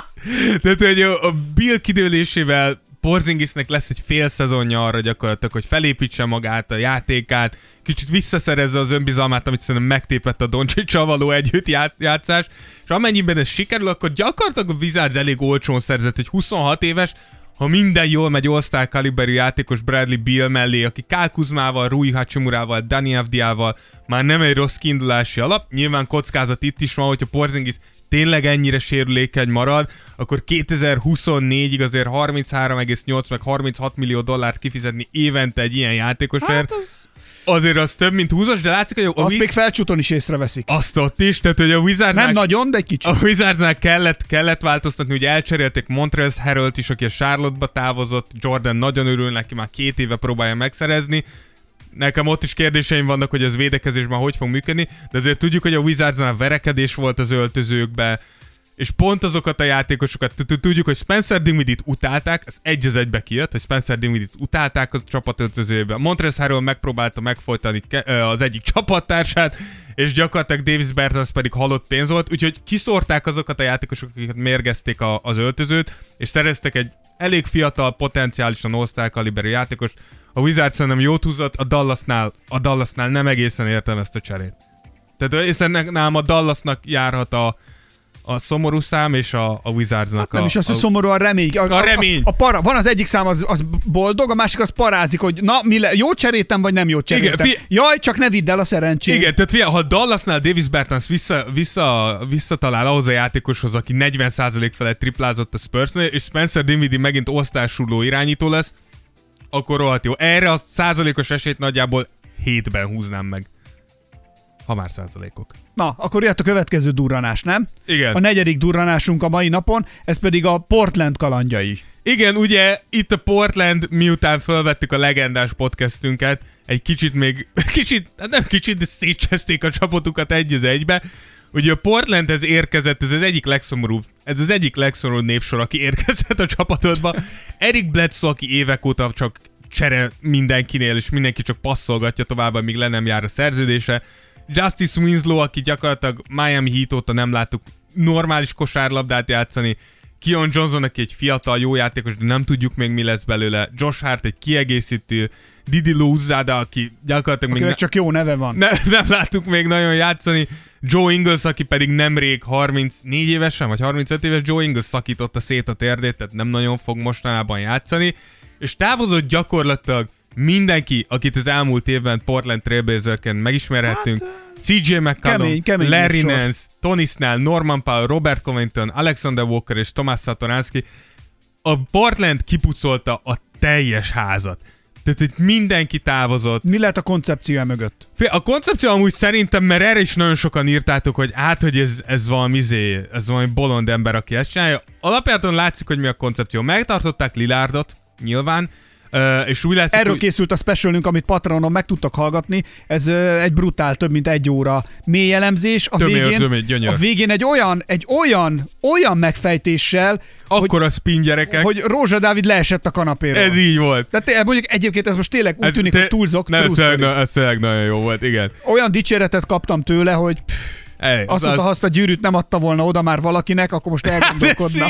Tehát, hogy a, a Bill kidőlésével Porzingisnek lesz egy fél szezonja arra gyakorlatilag, hogy felépítse magát, a játékát, kicsit visszaszerezze az önbizalmát, amit szerintem megtépett a Doncsicsal való együtt ját, játszás, és amennyiben ez sikerül, akkor gyakorlatilag a Wizards elég olcsón szerzett, egy huszonhat éves, ha minden jól megy, All-Star kaliberű játékos Bradley Beal mellé, aki Kyle Kuzmával, Rui Hachimurával, Dani Avdiával már nem egy rossz kiindulási alap. Nyilván kockázat itt is van, hogyha Porzingis tényleg ennyire sérülékeny marad, akkor kétezer-huszonnégyig azért harminchárom egész nyolc meg harminchat millió dollárt kifizetni évente egy ilyen játékosért. Hát az, Azért az több, mint húszas, de látszik, hogy a, azt Wi- még felcsúton is észreveszik. azt ott is, tehát hogy a Wizardsnál... Nem nagyon, de egy kicsit. A Wizardsnál kellett, kellett változtatni, ugye elcserélték Montrezl Harrell-t is, aki a Charlotte-ba távozott, Jordan nagyon örül neki, már két éve próbálja megszerezni. Nekem ott is kérdéseim vannak, hogy ez védekezésben hogy fog működni, de azért tudjuk, hogy a Wizardsnál verekedés volt az öltözőkben, és pont azokat a játékosokat tudjuk, hogy Spencer Dinwiddie-t utálták, ez egy az egybe kijött, hogy Spencer Dinwiddie-t utálták a csapatöltözőjében. Montrezl Harrell megpróbálta megfojtani az egyik csapattársát, és gyakorlatilag Davis Bertans pedig halott pénz volt, úgyhogy kiszórták azokat a játékosokat, akiket mérgezték a, az öltözőt, és szereztek egy elég fiatal, potenciálisan all-star kaliberű játékos. A Wizards szerintem jót húzott, a Dallasnál, a Dallasnál nem egészen értem ezt a cserét. Tehát hiszen nálam a Dallasnak járhat a a szomorú szám és a, a Wizardsnak Hát nem a... is az, hogy a... szomorú, a remény. A, A remény. A, a para. Van az egyik szám, az, az boldog, a másik az parázik, hogy na, mi le, jó cserétem, vagy nem jó cserétem. Igen, fi- Jaj, csak ne vidd el a szerencsét. Igen, tehát figyelj, ha Dallasnál Davis Bertans vissza, vissza, visszatalál ahhoz a játékoshoz, aki negyven százalék felett triplázott a Spursnél, és Spencer Dinwiddie megint osztálysuló irányító lesz, akkor rohadt jó. Erre a százalékos esélyt nagyjából hétben húznám meg. Ha már százalékok. Na, akkor jött a következő durranás, nem? Igen. A negyedik durranásunk a mai napon, ez pedig a Portland kalandjai. Igen, ugye itt a Portland, miután felvettük a legendás podcastünket, egy kicsit még, kicsit, hát nem kicsit, de szétcseszték a csapatukat egy az egybe. ugye a Portlandhez érkezett, ez az egyik legszomorúbb, ez az egyik legszomorúbb névsor, aki érkezett a csapatodba. Eric Bledsoe, aki évek óta csak csere mindenkinél, és mindenki csak passzolgatja tovább, amíg le nem jár a szerződése. Justice Winslow, aki gyakorlatilag Miami Heat óta nem láttuk normális kosárlabdát játszani. Keon Johnson, aki egy fiatal, jó játékos, de nem tudjuk még mi lesz belőle. Josh Hart egy kiegészítő. Didi Louzada, aki gyakorlatilag Akinek még csak jó neve van. Ne, nem láttuk még nagyon játszani. Joe Ingles, aki pedig nemrég harmincnégy évesen, vagy harmincöt éves, Joe Ingles szakította szét a térdét, tehát nem nagyon fog mostanában játszani. És távozott gyakorlatilag mindenki, akit az elmúlt évben Portland Trailblazerként megismerhettünk. Hát, cé jé McCollum, kemény, kemény Larry sor. Nance, Tony Snell, Norman Powell, Robert Covington, Alexander Walker és Tomáš Satoranski. A Portland kipucolta a teljes házat. Tehát itt mindenki távozott. Mi lehet a koncepció mögött? A koncepció amúgy szerintem, mert erre is nagyon sokan írtátok, hogy át, hogy ez, ez valami izé, ez valami bolond ember, aki ezt csinálja. Alapjáton látszik, hogy mi a koncepció. Megtartották Lillardot, nyilván, Uh, és úgy látszik, Erről hogy... készült a specialünk, amit Patronon meg tudtak hallgatni. Ez uh, egy brutál, több mint egy óra mély elemzés. A Tömér, végén, tömér, gyönyör. a végén egy olyan, egy olyan, olyan megfejtéssel, Akkor a spin gyerekek. hogy Rózsa Dávid leesett a kanapéról. Ez így volt. De té- mondjuk egyébként ez most tényleg úgy Ez tűnik, te... hogy túlzok. Nem, ez tényleg, ez tényleg nagyon jó volt, igen. Olyan dicséretet kaptam tőle, hogy pff, Ej, azt mondta, az... ha azt a gyűrűt nem adta volna oda már valakinek, akkor most elgondolkodna.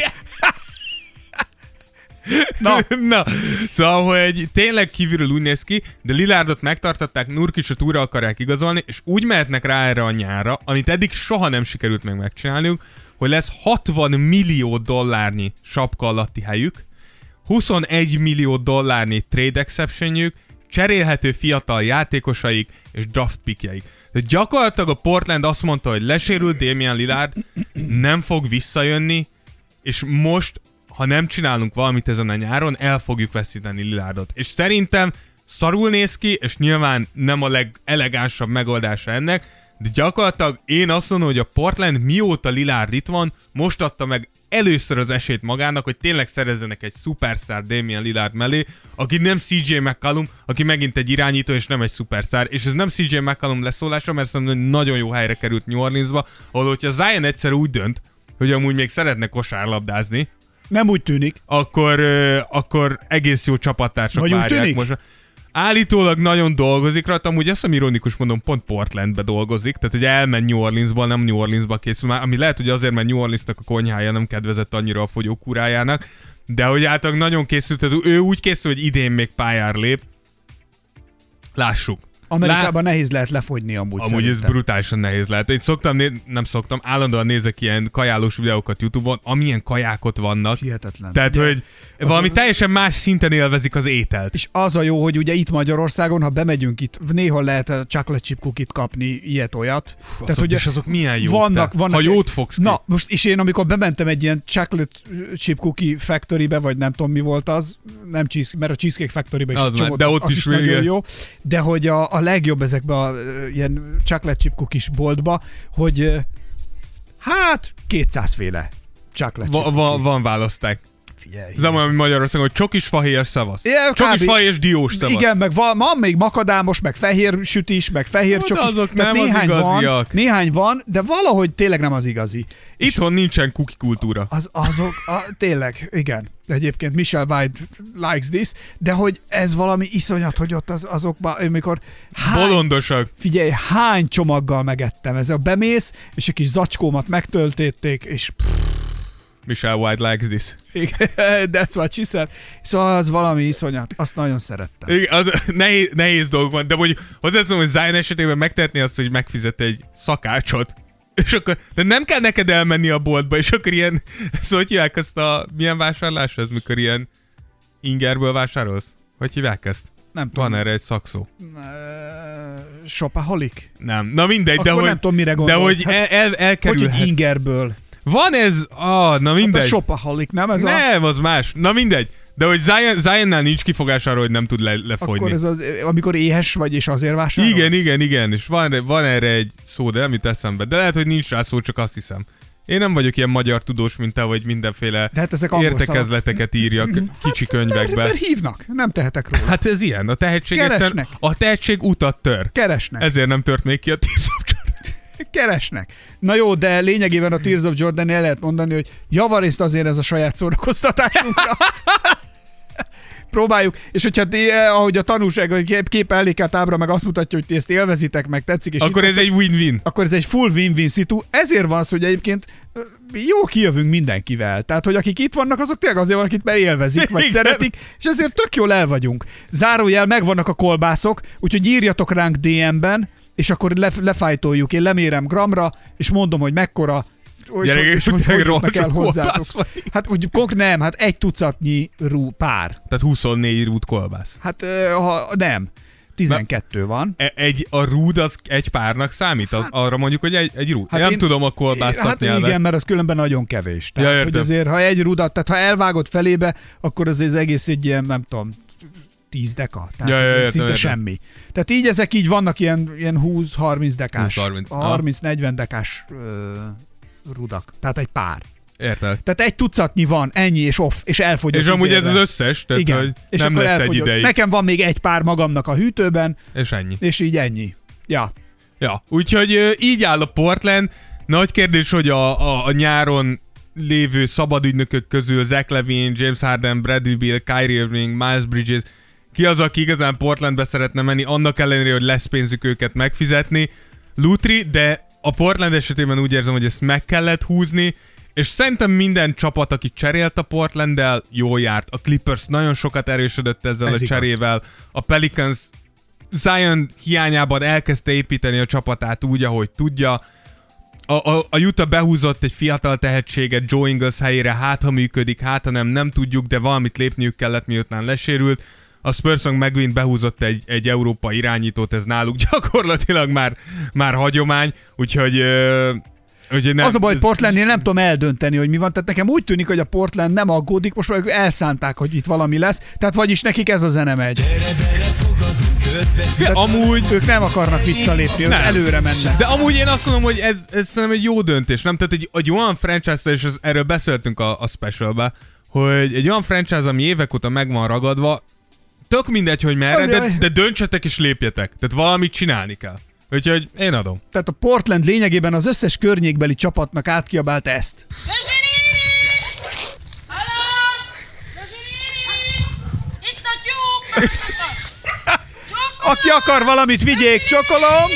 Na. Na, szóval, hogy tényleg kívülről úgy néz ki, de Lillardot megtartották, Nurkićot újra akarják igazolni, és úgy mehetnek rá erre a nyárra, amit eddig soha nem sikerült meg megcsinálniuk, hogy lesz hatvan millió dollárnyi sapka alatti helyük, huszonegy millió dollárnyi trade exceptionjük, cserélhető fiatal játékosaik és draft pickjeik. De gyakorlatilag a Portland azt mondta, hogy lesérült Damian Lillard, nem fog visszajönni, és most ha nem csinálunk valamit ezen a nyáron, el fogjuk veszíteni Lillardot. És szerintem szarul néz ki, és nyilván nem a legelegánsabb megoldása ennek, de gyakorlatilag én azt mondom, hogy a Portland mióta Lillard itt van, most adta meg először az esélyt magának, hogy tényleg szerezzenek egy szupersztár Damian Lillard mellé, aki nem cé jé McCollum, aki megint egy irányító, és nem egy szupersztár. És ez nem cé jé McCollum leszólása, mert szerintem nagyon jó helyre került New Orleansba, ahol hogyha Zion egyszer úgy dönt, hogy amúgy még szeretne kosárlabdázni, nem úgy tűnik. Akkor, euh, akkor egész jó csapattársak Vagy várják tűnik? most. Állítólag nagyon dolgozik rajta, amúgy ezt, ami ironikus mondom, pont Portlandbe dolgozik, tehát hogy elment New Orleansból, nem New Orleansba készül már, ami lehet, hogy azért, mert New Orleansnak a konyhája nem kedvezett annyira a fogyókúrájának, de hogy általában nagyon készült, tehát ő úgy készül, hogy idén még pályára lép. Lássuk. Amerikában Lá... nehéz lehet lefogyni amúgy Amúgy szerintem. ez brutálisan nehéz lehet. Én szoktam, né- nem szoktam, állandóan nézek ilyen kajálós videókat YouTube-on, amilyen kaják ott vannak. Hihetetlen. Tehát, ugye, hogy valami az... teljesen más szinten élvezik az ételt. És az a jó, hogy ugye itt Magyarországon, ha bemegyünk itt, néha lehet a chocolate chip cookie-t kapni, ilyet-olyat. Fú, Tehát, azok, hogy és azok milyen jók, vannak, te, vannak, ha jót fogsz ki. Na, most, és én amikor bementem egy ilyen chocolate chip cookie factorybe, vagy nem tudom mi volt az, nem cheese, mert a Cheesecake Factorybe is az egy csomó, de ott az is, is nagyon igen. jó, de hogy a, a legjobb ezekben a ilyen chocolate chip cookies boltba, hogy hát kétszáz féle chocolate Va, chip va, cookie. van választák. Figyelj. Ez nem olyan, mint Magyarországon, hogy csokis fahéjas szavasz. Ja, Csokis kb. fahéjas diós szavasz. Igen, meg van, van még makadámos, meg fehér sütis, meg fehér De csokis. azok Tehát nem az néhány van, igaziak. néhány van, de valahogy tényleg nem az igazi. Itthon nincsen cookie kultúra. Az, azok, a, tényleg, igen. Egyébként Michelle White likes this, de hogy ez valami iszonyat, hogy ott az, azokban, amikor hány, Bolondosak. figyelj, hány csomaggal megettem. Ez a bemész, és egy kis zacskómat megtöltötték, és pff, Michelle White likes this. igen, that's what she said. Szóval az valami iszonyat, azt nagyon szerettem. Igen, az nehéz, nehéz dolog van, de mondjuk hozzáteszem, hogy Zion esetében megtehetné azt, hogy megfizet egy szakácsot. És akkor, de nem kell neked elmenni a boltba, és akkor ilyen, ezt hogy hívják ezt a, milyen vásárlás ez, mikor ilyen ingerből vásárolsz? Hogy hívják ezt? Nem tudom. Van erre egy szakszó. Shopaholic? Nem. Na mindegy, Akkor de hogy, nem tudom, mire de gondolsz. hogy Hát, el, el, hogy elkerülhet. egy ingerből? Van ez, ah, na mindegy. Hát a shopaholic, nem ez a... Nem, az más. Na mindegy. De hogy Zion, Zionnál nincs kifogás arra, hogy nem tud le, lefogyni. Akkor ez az, amikor éhes vagy, és azért vásárolsz? Igen, igen, igen, és van, van erre egy szó, de nem jut eszembe. De lehet, hogy nincs rá szó, csak azt hiszem. Én nem vagyok ilyen magyar tudós, mint te, hogy mindenféle de hát ezek angol értekezleteket írjak kicsi könyvekbe. Mert, mert hívnak, nem tehetek róla. Hát ez ilyen, a tehetség Keresnek. egyszerűen, a tehetség utat tör. Keresnek. Ezért nem tört még ki a Tears of Jordan. Keresnek. Na jó, de lényegében a Tears of Jordan el lehet mondani, hogy javarészt azért ez a saját szórakoztatásunkra. Próbáljuk, és hogyha te, ahogy a tanúság, hogy kép ellékelt ábra meg azt mutatja, hogy ti ezt élvezitek, meg tetszik, és akkor ez egy win-win. Akkor ez egy full win-win szitu. Ezért van az, hogy egyébként jó kijövünk mindenkivel. Tehát, hogy akik itt vannak, azok tényleg azért van, akit beélvezik, vagy Igen. szeretik, és ezért tök jól el vagyunk. Zárójel, megvannak a kolbászok, úgyhogy írjatok ránk dé em-ben, és akkor le, lefájtoljuk. Én lemérem gramra, és mondom, hogy mekkora, Gyerekek, és, és hogy hogy jutnak el rohadt hozzátok. kolbász Hát úgy kok nem, hát egy tucatnyi rú pár. Tehát huszonnégy rúd kolbász. Hát ö, ha, nem, tizenkettő van. E- Egy, a rúd az egy párnak számít? Az, arra mondjuk, hogy egy, egy rúd. Hát nem én- tudom a kolbászat Hát nyelvet. igen, mert az különben nagyon kevés. Tehát, Ja, hogy értem. azért, ha egy rudat, tehát ha elvágod felébe, akkor az az egész egy ilyen, nem tudom, tíz deka. Tehát Ja, ja, értem, szinte értem. semmi. Tehát így ezek így vannak ilyen, ilyen húsz-harminc dekás, húsz-harminc, aha. harminc-negyven dekás ö, rudak. Tehát egy pár. Érted? Tehát egy tucatnyi van, ennyi, és off, és elfogyott. És amúgy ez idénre. az összes, tehát Igen. hogy És nem akkor lesz egy elfogyott. ideig. Nekem van még egy pár magamnak a hűtőben, És ennyi. és így ennyi. Ja. Ja, úgyhogy ö, így áll a Portland. Nagy kérdés, hogy a, a, a nyáron lévő szabadügynökök közül Zach LaVine, James Harden, Bradley Beal, Kyrie Irving, Miles Bridges, ki az, aki igazán Portlandbe szeretne menni, annak ellenére, hogy lesz pénzük őket megfizetni. Lutri, de a Portland esetében úgy érzem, hogy ezt meg kellett húzni, és szerintem minden csapat, aki cserélt a Portlanddel, jól járt. A Clippers nagyon sokat erősödött ezzel Ez a igaz. cserével. A Pelicans Zion hiányában elkezdte építeni a csapatát úgy, ahogy tudja. A, a, a Utah behúzott egy fiatal tehetséget Joe Ingles helyére, hát ha működik, hát ha nem, nem tudjuk, de valamit lépniük kellett, miután lesérült. A Spurs megint behúzott egy, egy európai irányítót, ez náluk gyakorlatilag már, már hagyomány, úgyhogy... Ö, úgyhogy nem, Az a baj, hogy Portlandnél nem tudom eldönteni, hogy mi van. Tehát nekem úgy tűnik, hogy a Portland nem aggódik, most már ők elszánták, hogy itt valami lesz. Tehát vagyis nekik ez a zene megy. de amúgy... Ők nem akarnak visszalépni, ők Nem. előre mennek. De amúgy én azt mondom, hogy ez, ez szerintem egy jó döntés, nem? Tehát egy, egy olyan franchise, és az, erről beszéltünk a, a specialbe, hogy egy olyan franchise, ami évek óta meg van ragadva, tök mindegy, hogy merre, de, Ajaj. de döntsetek és lépjetek. Tehát valamit csinálni kell. Úgyhogy én adom. Tehát a Portland lényegében az összes környékbeli csapatnak átkiabált ezt. Aki akar valamit, vigyék, csokolom!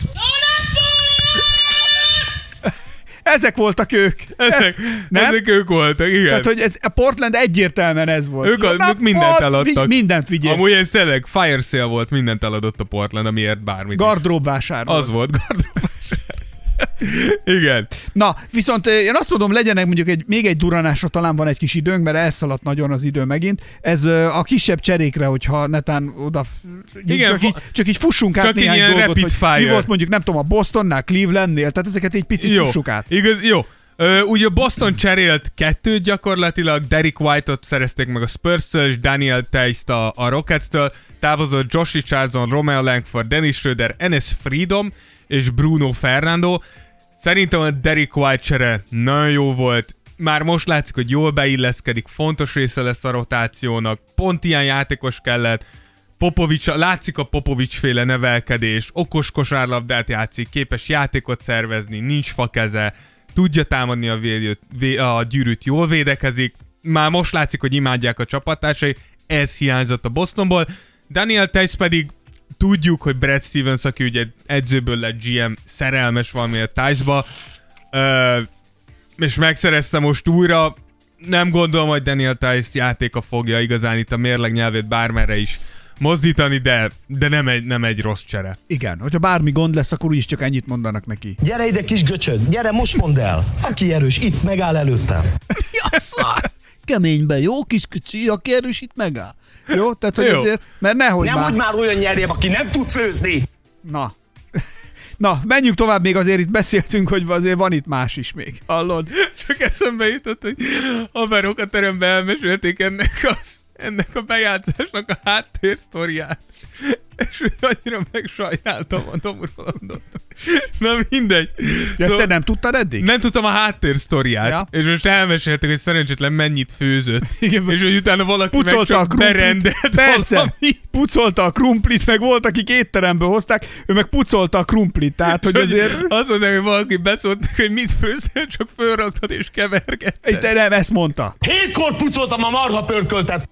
Ezek voltak ők. Ezek, nem? ezek ők voltak, igen. Tehát, hogy ez, a Portland egyértelműen ez volt. Ők, a, Na, ők mindent pont, eladtak. vigy- mindent vigyék. Amúgy ez tényleg fire sale volt, mindent eladott a Portland, amiért bármit. Gardróbvásár Az volt, gardróbvásár. Igen. Na, viszont eh, én azt mondom, legyenek mondjuk egy, még egy duranásra talán van egy kis időnk, mert elszaladt nagyon az idő megint. Ez eh, a kisebb cserékre, hogyha netán oda... Igen, csak, így, fa- csak így fussunk át csak egy néhány ilyen dolgot, rapid hogy fire. mi volt mondjuk, nem tudom, a Bostonnál, Clevelandnél, tehát ezeket egy picit Jó, fussuk át. igaz, jó. Ö, ugye Boston cserélt kettőt gyakorlatilag, Derek White-ot szerezték meg a Spurs-től, és Daniel Theis-t a, a Rockets-től, távozott Josh Richardson, Romeo Langford, Dennis Schröder, Enes Freedom és Bruno Fernando. Szerintem a Derek White csere nagyon jó volt, már most látszik, hogy jól beilleszkedik, fontos része lesz a rotációnak, pont ilyen játékos kellett, Popovics, látszik a Popovics féle nevelkedés, okos kosárlabdát játszik, képes játékot szervezni, nincs fakeze, tudja támadni a, védőt, vé, a gyűrűt, jól védekezik, már most látszik, hogy imádják a csapattársai, ez hiányzott a Bostonból. Daniel Theis pedig tudjuk, hogy Brad Stevens, aki ugye edzőből lett gé em, szerelmes valamiért Theisba, Ö, és megszerezte most újra. Nem gondolom, hogy Daniel Theis játéka fogja igazán itt a mérleg nyelvét bármerre is mozdítani, de, de nem, egy, nem egy rossz csere. Igen, hogyha bármi gond lesz, akkor úgyis csak ennyit mondanak neki. Gyere ide, kis göcsög, gyere, most mondd el. Aki erős, itt megáll előttem. Jasszár! Keményben, jó kis kicsi, aki erős itt megáll. Jó? Tehát, hogy Jó. azért, mert nehogy Nem már. hogy már olyan nyerjem, aki nem tud főzni. Na. Na, menjünk tovább, még azért itt beszéltünk, hogy azért van itt más is még. Hallod? Csak eszembe jutott, hogy haverok a teremben elmesélték ennek, az, ennek a bejátszásnak a háttérsztoriát. És annyira megsajnáltam a Tom Rolandot. Na mindegy. Ja, ezt te nem tudtad eddig? Nem tudtam a háttérsztoriát, Ja. és most elmeséltek, hogy szerencsétlen mennyit főzött. Igen, És hogy utána valaki meg pucolta a csak krumplit. berendelt Persze, valamit. pucolta a krumplit, meg volt, akik étteremből hozták, ő meg pucolta a krumplit, tehát hogy Hogy azért... azt mondták, hogy valaki beszólt, hogy mit főztél, csak fölraktad és kevergetted. De nem, ezt mondta. Hétkor pucoltam a marha pörköltet.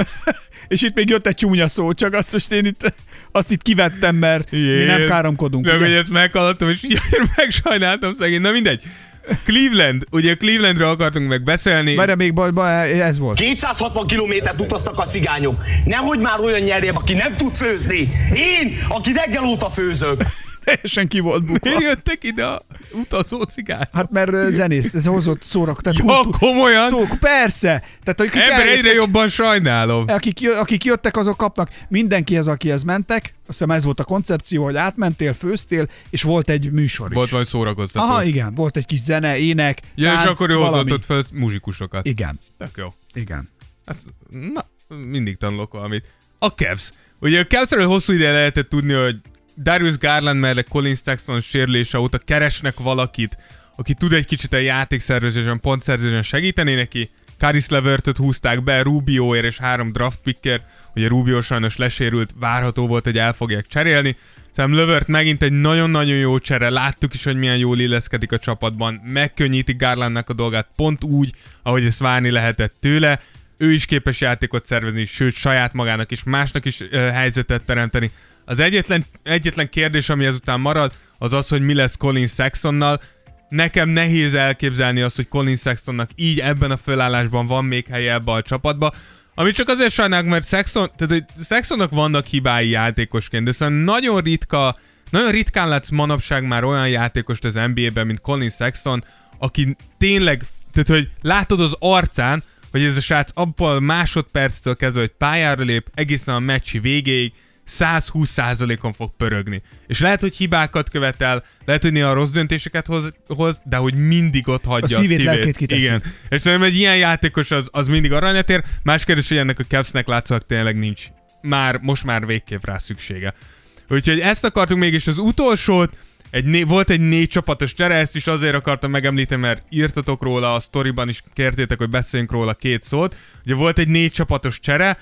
És itt még jött egy csúnya szó, csak azt most én itt, azt itt kivettem, mert mi nem káromkodunk. Nem, ugye? hogy ezt meghallottam, és így megsajnáltam szegény. Na mindegy. Cleveland, ugye Clevelandről akartunk meg beszélni. Várj, még baj, baj, ez volt. kétszázhatvan kilométert utaztak a cigányok. Nehogy már olyan nyerjebb, aki nem tud főzni. Én, aki reggel óta főzök. Teljesen ki volt bukva. Miért jöttek ide a utazó cigány? Hát mert ö, zenész, ez hozott szórak. Tehát Ja, kultú- komolyan? Szó, persze. Tehát, akik Ember eljöttek- egyre jobban sajnálom. Akik, jö- akik jöttek, azok kapnak. Mindenkihez, akihez mentek, azt hiszem ez volt a koncepció, hogy átmentél, főztél, és volt egy műsor is. Volt valami szórakoztató. Aha, igen, volt egy kis zene, ének, Ja, tánc, és akkor ő valami. hozott ott fel muzsikusokat. Igen, Tök jó. igen. Ez, na, mindig tanulok valamit. A Cavs. Ugye a Cavsről hosszú ideje lehetett tudni, hogy Darius Garland mellett Colin Sexton sérülése óta keresnek valakit, aki tud egy kicsit a játékszervezésen, pontszerzésen segíteni neki. Caris LeVertet húzták be Rubioért és három draft pickért. Ugye Rubio sajnos lesérült, várható volt, hogy el fogják cserélni. Szerintem LeVert megint egy nagyon-nagyon jó csere, láttuk is, hogy milyen jól illeszkedik a csapatban, megkönnyíti Garlandnak a dolgát pont úgy, ahogy ezt várni lehetett tőle. Ő is képes játékot szervezni, sőt saját magának és másnak is uh, helyzetet teremteni. Az egyetlen, egyetlen kérdés, ami ezután marad, az az, hogy mi lesz Colin Sextonnal. Nekem nehéz elképzelni azt, hogy Colin Sextonnak így ebben a fölállásban van még helye ebbe a csapatba. Ami csak azért sajnálok, mert Sexton, tehát, hogy Sextonnak vannak hibái játékosként, de szóval nagyon ritka, nagyon ritkán látsz manapság már olyan játékost az en bé á-ben, mint Colin Sexton, aki tényleg, tehát hogy látod az arcán, hogy ez a srác abban másodperctől kezdve, hogy pályára lép, egészen a meccsi végéig száz húsz százalékon fog pörögni. És lehet, hogy hibákat követel, lehet, hogy néha rossz döntéseket hoz, hoz de hogy mindig ott hagyja A szívét, lelkét kiteszi. Igen. És szerintem egy ilyen játékos az, az mindig aranyat ér. Más kérdés, hogy ennek a Cavsnek látszólag tényleg nincs már, most már végképp rá szüksége. Úgyhogy ezt akartunk mégis az utolsót. Egy né- volt egy négy csapatos csere, ezt is azért akartam megemlíteni, mert írtatok róla, a sztoriban is kértétek, hogy beszéljünk róla két szót. Ugye volt egy négy csapatos csere,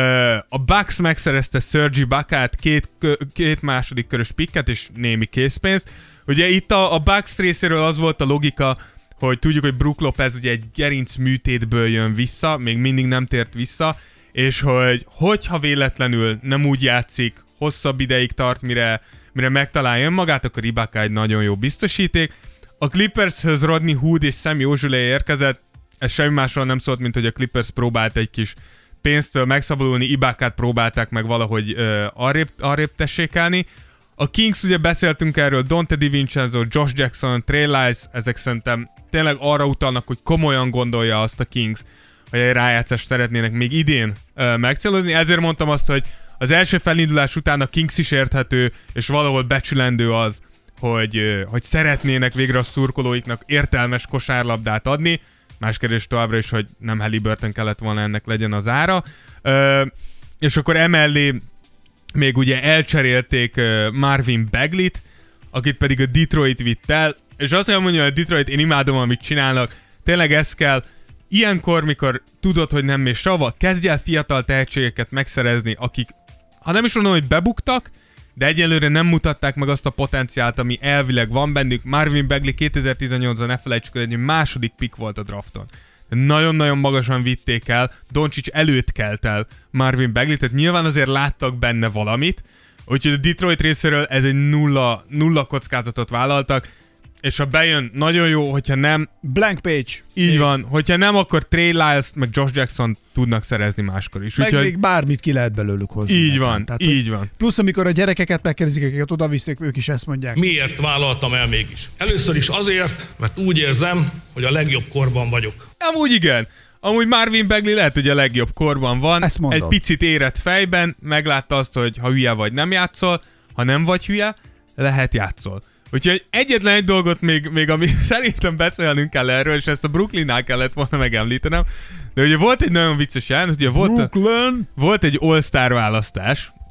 a Bucks megszerezte Serge Ibakát, két, két második körös pikket és némi készpénzt. Ugye itt a, a Bucks részéről az volt a logika, hogy tudjuk, hogy Brook Lopez ugye egy gerinc műtétből jön vissza, még mindig nem tért vissza, és hogy hogyha véletlenül nem úgy játszik, hosszabb ideig tart, mire, mire megtalálja önmagát, akkor Ibaka egy nagyon jó biztosíték. A Clippershöz Rodney Hood és Semi Ojeleye érkezett, ez semmi másról nem szólt, mint hogy a Clippers próbált egy kis pénztől megszabadulni, Ibakát próbálták meg valahogy uh, arrébb, arrébb tessékelni. A Kings, ugye beszéltünk erről, Dante DiVincenzo, Josh Jackson, Trey Lyles, ezek szerintem tényleg arra utalnak, hogy komolyan gondolja azt a Kings, hogy egy rájátszást szeretnének még idén uh, megcélozni. Ezért mondtam azt, hogy az első felindulás után a Kings is érthető, és valahol becsülendő az, hogy, uh, hogy szeretnének végre a szurkolóiknak értelmes kosárlabdát adni. Más kérdés továbbra is, hogy nem Haliburton kellett volna ennek legyen az ára. Ö, és akkor emellé még ugye elcserélték uh, Marvin Bagleyt, akit pedig a Detroit vitt el, és azt kell mondani, hogy a Detroit, én imádom, amit csinálnak, tényleg ez kell. Ilyenkor, mikor tudod, hogy nem mész sava, kezdj el fiatal tehetségeket megszerezni, akik, ha nem is mondom, hogy bebuktak, de egyelőre nem mutatták meg azt a potenciált, ami elvileg van bennük. Marvin Bagley kétezer-tizennyolcban, ne felejtsük, hogy egy második pick volt a drafton. Nagyon-nagyon magasan vitték el, Doncic előtt kelt el Marvin Bagley, tehát nyilván azért láttak benne valamit, úgyhogy a Detroit részéről ez egy nulla, nulla kockázatot vállaltak, és ha bejön, nagyon jó, hogyha nem... Blank page. Így még. van, hogyha nem, akkor Trey Lyles meg Josh Jackson tudnak szerezni máskor is. Meg Úgyhogy még bármit ki lehet belőlük hozni. így nekem. van, Tehát, így hogy van. Plusz amikor a gyerekeket megkérdezik, akiket oda visznek, ők is ezt mondják. Miért vállaltam el mégis? Először is azért, mert úgy érzem, hogy a legjobb korban vagyok. Amúgy igen. Amúgy Marvin Bagley lehet, hogy a legjobb korban van. Ezt mondom. Egy picit érett fejben, meglátta azt, hogy ha hülye vagy, nem játszol. Ha nem vagy hülye, lehet játszol. Úgyhogy egyetlen egy dolgot még, még ami szerintem beszélnünk kell erről, és ezt a Brooklynnál kellett volna megemlítenem. De ugye volt egy nagyon vicces jelent, ugye volt, Brooklyn. volt egy All-Star választás,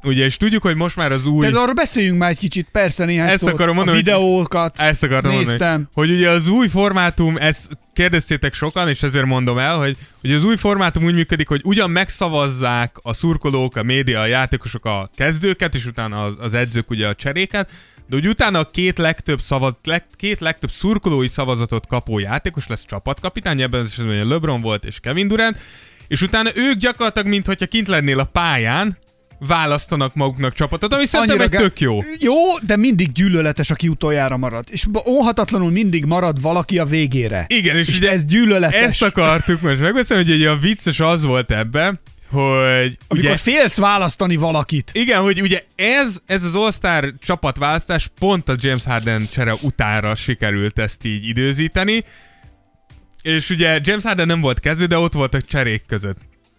ugye, és tudjuk, hogy most már az új... Tehát arra beszéljünk már egy kicsit, persze néhány ezt szót, akarom mondani, a videókat hogy, ezt akartam néztem. Mondani, hogy ugye az új formátum, ezt kérdeztétek sokan, és ezért mondom el, hogy, hogy az új formátum úgy működik, hogy ugyan megszavazzák a szurkolók, a média, a játékosok a kezdőket, és utána az, az edzők ugye a cseréket, de úgy utána a két legtöbb, szavaz, leg, két legtöbb szurkolói szavazatot kapó játékos lesz csapatkapitány, ebben az esetben LeBron volt és Kevin Durant, és utána ők gyakorlatilag, mintha kint lennél a pályán, választanak maguknak csapatot, ami szerintem egy tök jó. Jó, de mindig gyűlöletes, aki utoljára marad. És óhatatlanul mindig marad valaki a végére. Igen, és, és ugye ez gyűlöletes. Ezt akartuk most megbeszélni, hogy ugye a vicces az volt ebben, hogy... Amikor ugye, félsz választani valakit. Igen, hogy ugye ez, ez az All-Star csapatválasztás pont a James Harden csere utánra sikerült ezt így időzíteni, és ugye James Harden nem volt kezdő, de ott voltak cserék között.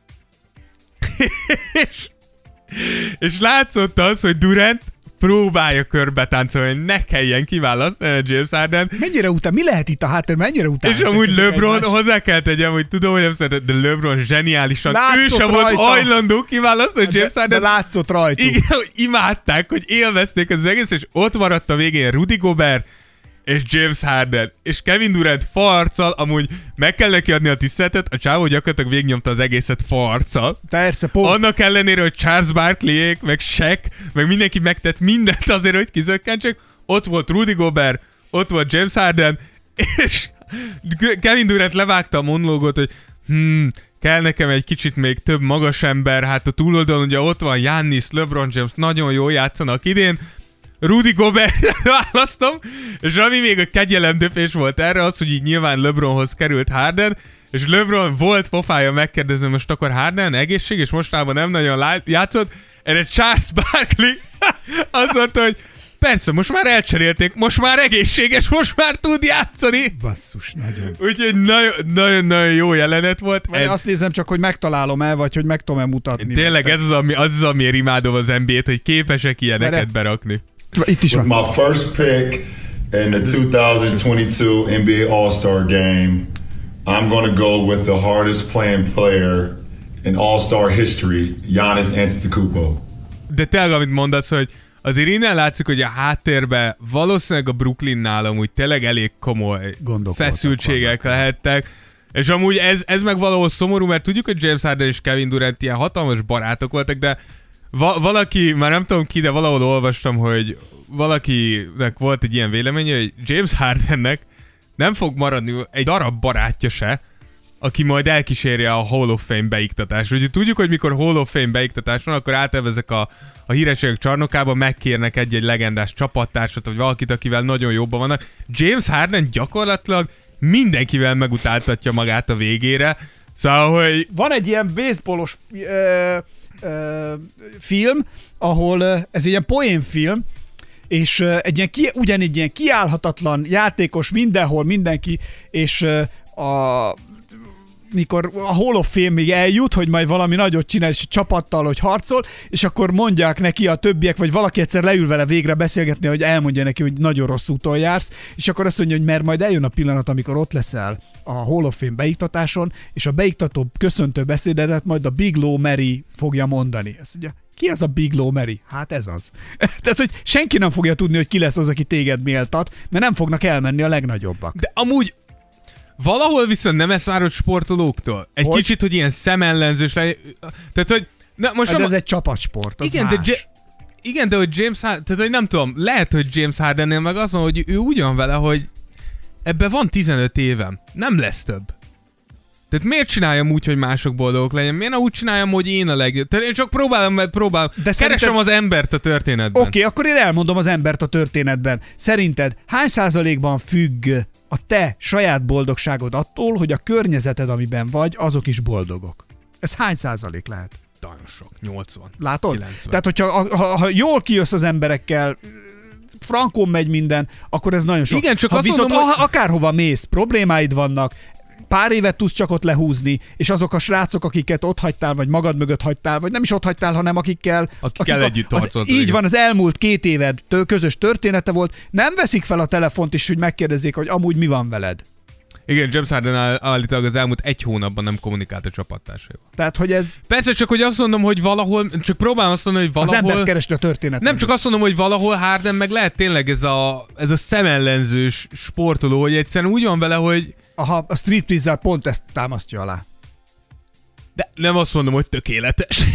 és, és látszott az, hogy Durant próbálja körbe táncolni, hogy ne kelljen kiválasztani a James Harden. Mennyire után? Mi lehet itt a háttér? Mennyire után? És amúgy LeBron, egymás... hozzá kell tegyem, hogy tudom, hogy nem szeretett, de LeBron zseniálisan. Látszott ő sem volt hajlandó kiválasztani James Harden. De látszott rajtuk. Igen, hogy imádták, hogy élvezték az egész, és ott maradt a végén Rudy Gobert és James Harden. És Kevin Durant farccal, amúgy meg kell neki adni a tiszteletet, a csávó gyakorlatilag végignyomta az egészet farccal. Persze, pont. Annak ellenére, hogy Charles Barkleyék, meg Shaq, meg mindenki megtett mindent azért, hogy kizökkentsék. Ott volt Rudy Gobert, ott volt James Harden, és Kevin Durant levágta a monológot, hogy hmm, kell nekem egy kicsit még több magas ember, hát a túloldalon ugye ott van Giannis, LeBron James, nagyon jól játszanak idén, Rudy Gobert választom, és ami még a kegyelemdöpés volt erre, az, hogy így nyilván LeBronhoz került Harden, és LeBron volt pofája megkérdezni, most akkor Harden egészség, és mostában nem nagyon lá- játszott, erre Charles Barkley azt mondta, hogy persze, most már elcserélték, most már egészséges, most már tud játszani. Basszus, nagyon. Úgyhogy nagyon-nagyon jó jelenet volt. Vagy azt nézem csak, hogy megtalálom el, vagy hogy meg tudom-e mutatni. Tényleg ez az, ami, az, az amiért imádom az en bé ét, hogy képesek ilyeneket Mere... berakni. Itt is van. With my first pick in the twenty twenty-two N B A All-Star Game, I'm going to go with the hardest playing player in All-Star history, Giannis Antetokounmpo. De tényleg, amit mondasz, hogy azért innen látszik, hogy a háttérben valószínűleg a Brooklynnál amúgy tényleg elég komoly feszültségek lehettek, és amúgy ez, ez meg valahol szomorú, mert tudjuk, hogy James Harden és Kevin Durant ilyen hatalmas barátok voltak, de va- valaki, már nem tudom ki, de valahol olvastam, hogy valakinek volt egy ilyen véleménye, hogy James Hardennek nem fog maradni egy darab barátja se, aki majd elkísérje a Hall of Fame beiktatás. Ugye tudjuk, hogy mikor Hall of Fame beiktatás van, akkor általában ezek a, a hírességek csarnokában megkérnek egy-egy legendás csapattársat, vagy valakit, akivel nagyon jobban vannak. James Harden gyakorlatilag mindenkivel megutáltatja magát a végére. Szóval, hogy... Van egy ilyen baseballos ö, ö, film, ahol ö, ez egy ilyen poénfilm, és ö, egy ilyen ki, ugyanígy ilyen kiállhatatlan játékos mindenhol, mindenki, és ö, a... mikor a Hall of Fame-ig eljut, hogy majd valami nagyot csinál, és a csapattal, hogy harcol, és akkor mondják neki a többiek, vagy valaki egyszer leül vele végre beszélgetni, hogy elmondja neki, hogy nagyon rossz úton jársz, és akkor azt mondja, hogy mert majd eljön a pillanat, amikor ott leszel a Hall of Fame beiktatáson, és a beiktató köszöntő beszédedet majd a Big Low Mary fogja mondani. Azt mondja, ki az a Big Low Mary? Hát ez az. Tehát, hogy senki nem fogja tudni, hogy ki lesz az, aki téged méltat, mert nem fognak elmenni a legnagyobbak. De amúgy valahol viszont nem ezt várod sportolóktól? Egy hogy? Kicsit, hogy ilyen szemellenzős legyen. Tehát, hogy... Na, most hát nem... ez egy csapatsport, az igen, más. De J- igen, de hogy James Harden... Tehát, hogy nem tudom, lehet, hogy James Hardennél meg az van, hogy ő úgy van vele, hogy ebben van tizenöt évem. Nem lesz több. Tehát miért csináljam úgy, hogy mások boldogok legyen? Miért úgy csináljam, hogy én a legjobb? Tehát én csak próbálom, próbálom. De keresem szerinted... az embert a történetben. Oké, okay, akkor én elmondom az embert a történetben. Szerinted hány százalékban függ a te saját boldogságod attól, hogy a környezeted, amiben vagy, azok is boldogok? Ez hány százalék lehet? Nagyon sok. nyolcvan. Látod? kilencven. Tehát, hogyha ha, ha jól kijössz az emberekkel, frankon megy minden, akkor ez nagyon sok. Igen, csak ha azt viszont mondom, hogy... akárhova mész, problémáid vannak, pár évet tudsz csak ott lehúzni, és azok a srácok, akiket ott hagytál, vagy magad mögött hagytál, vagy nem is ott hagytál, hanem akikkel... Akikkel akik együtt harcolt. Így van, az elmúlt két éved közös története volt, nem veszik fel a telefont is, hogy megkérdezzék, hogy amúgy mi van veled. Igen, James Harden áll, állítólag az elmúlt egy hónapban nem kommunikált a csapattársaival. Tehát, hogy ez... Persze, csak hogy azt mondom, hogy valahol, csak próbálom azt mondani, hogy valahol... Az ember keresni a történet. Nem csak azt mondom, hogy valahol Harden meg lehet tényleg ez a, ez a szemellenzős sportoló, hogy egyszerűen úgy van vele, hogy... Aha, a Street Wizard pont ezt támasztja alá. De nem azt mondom, hogy tökéletes.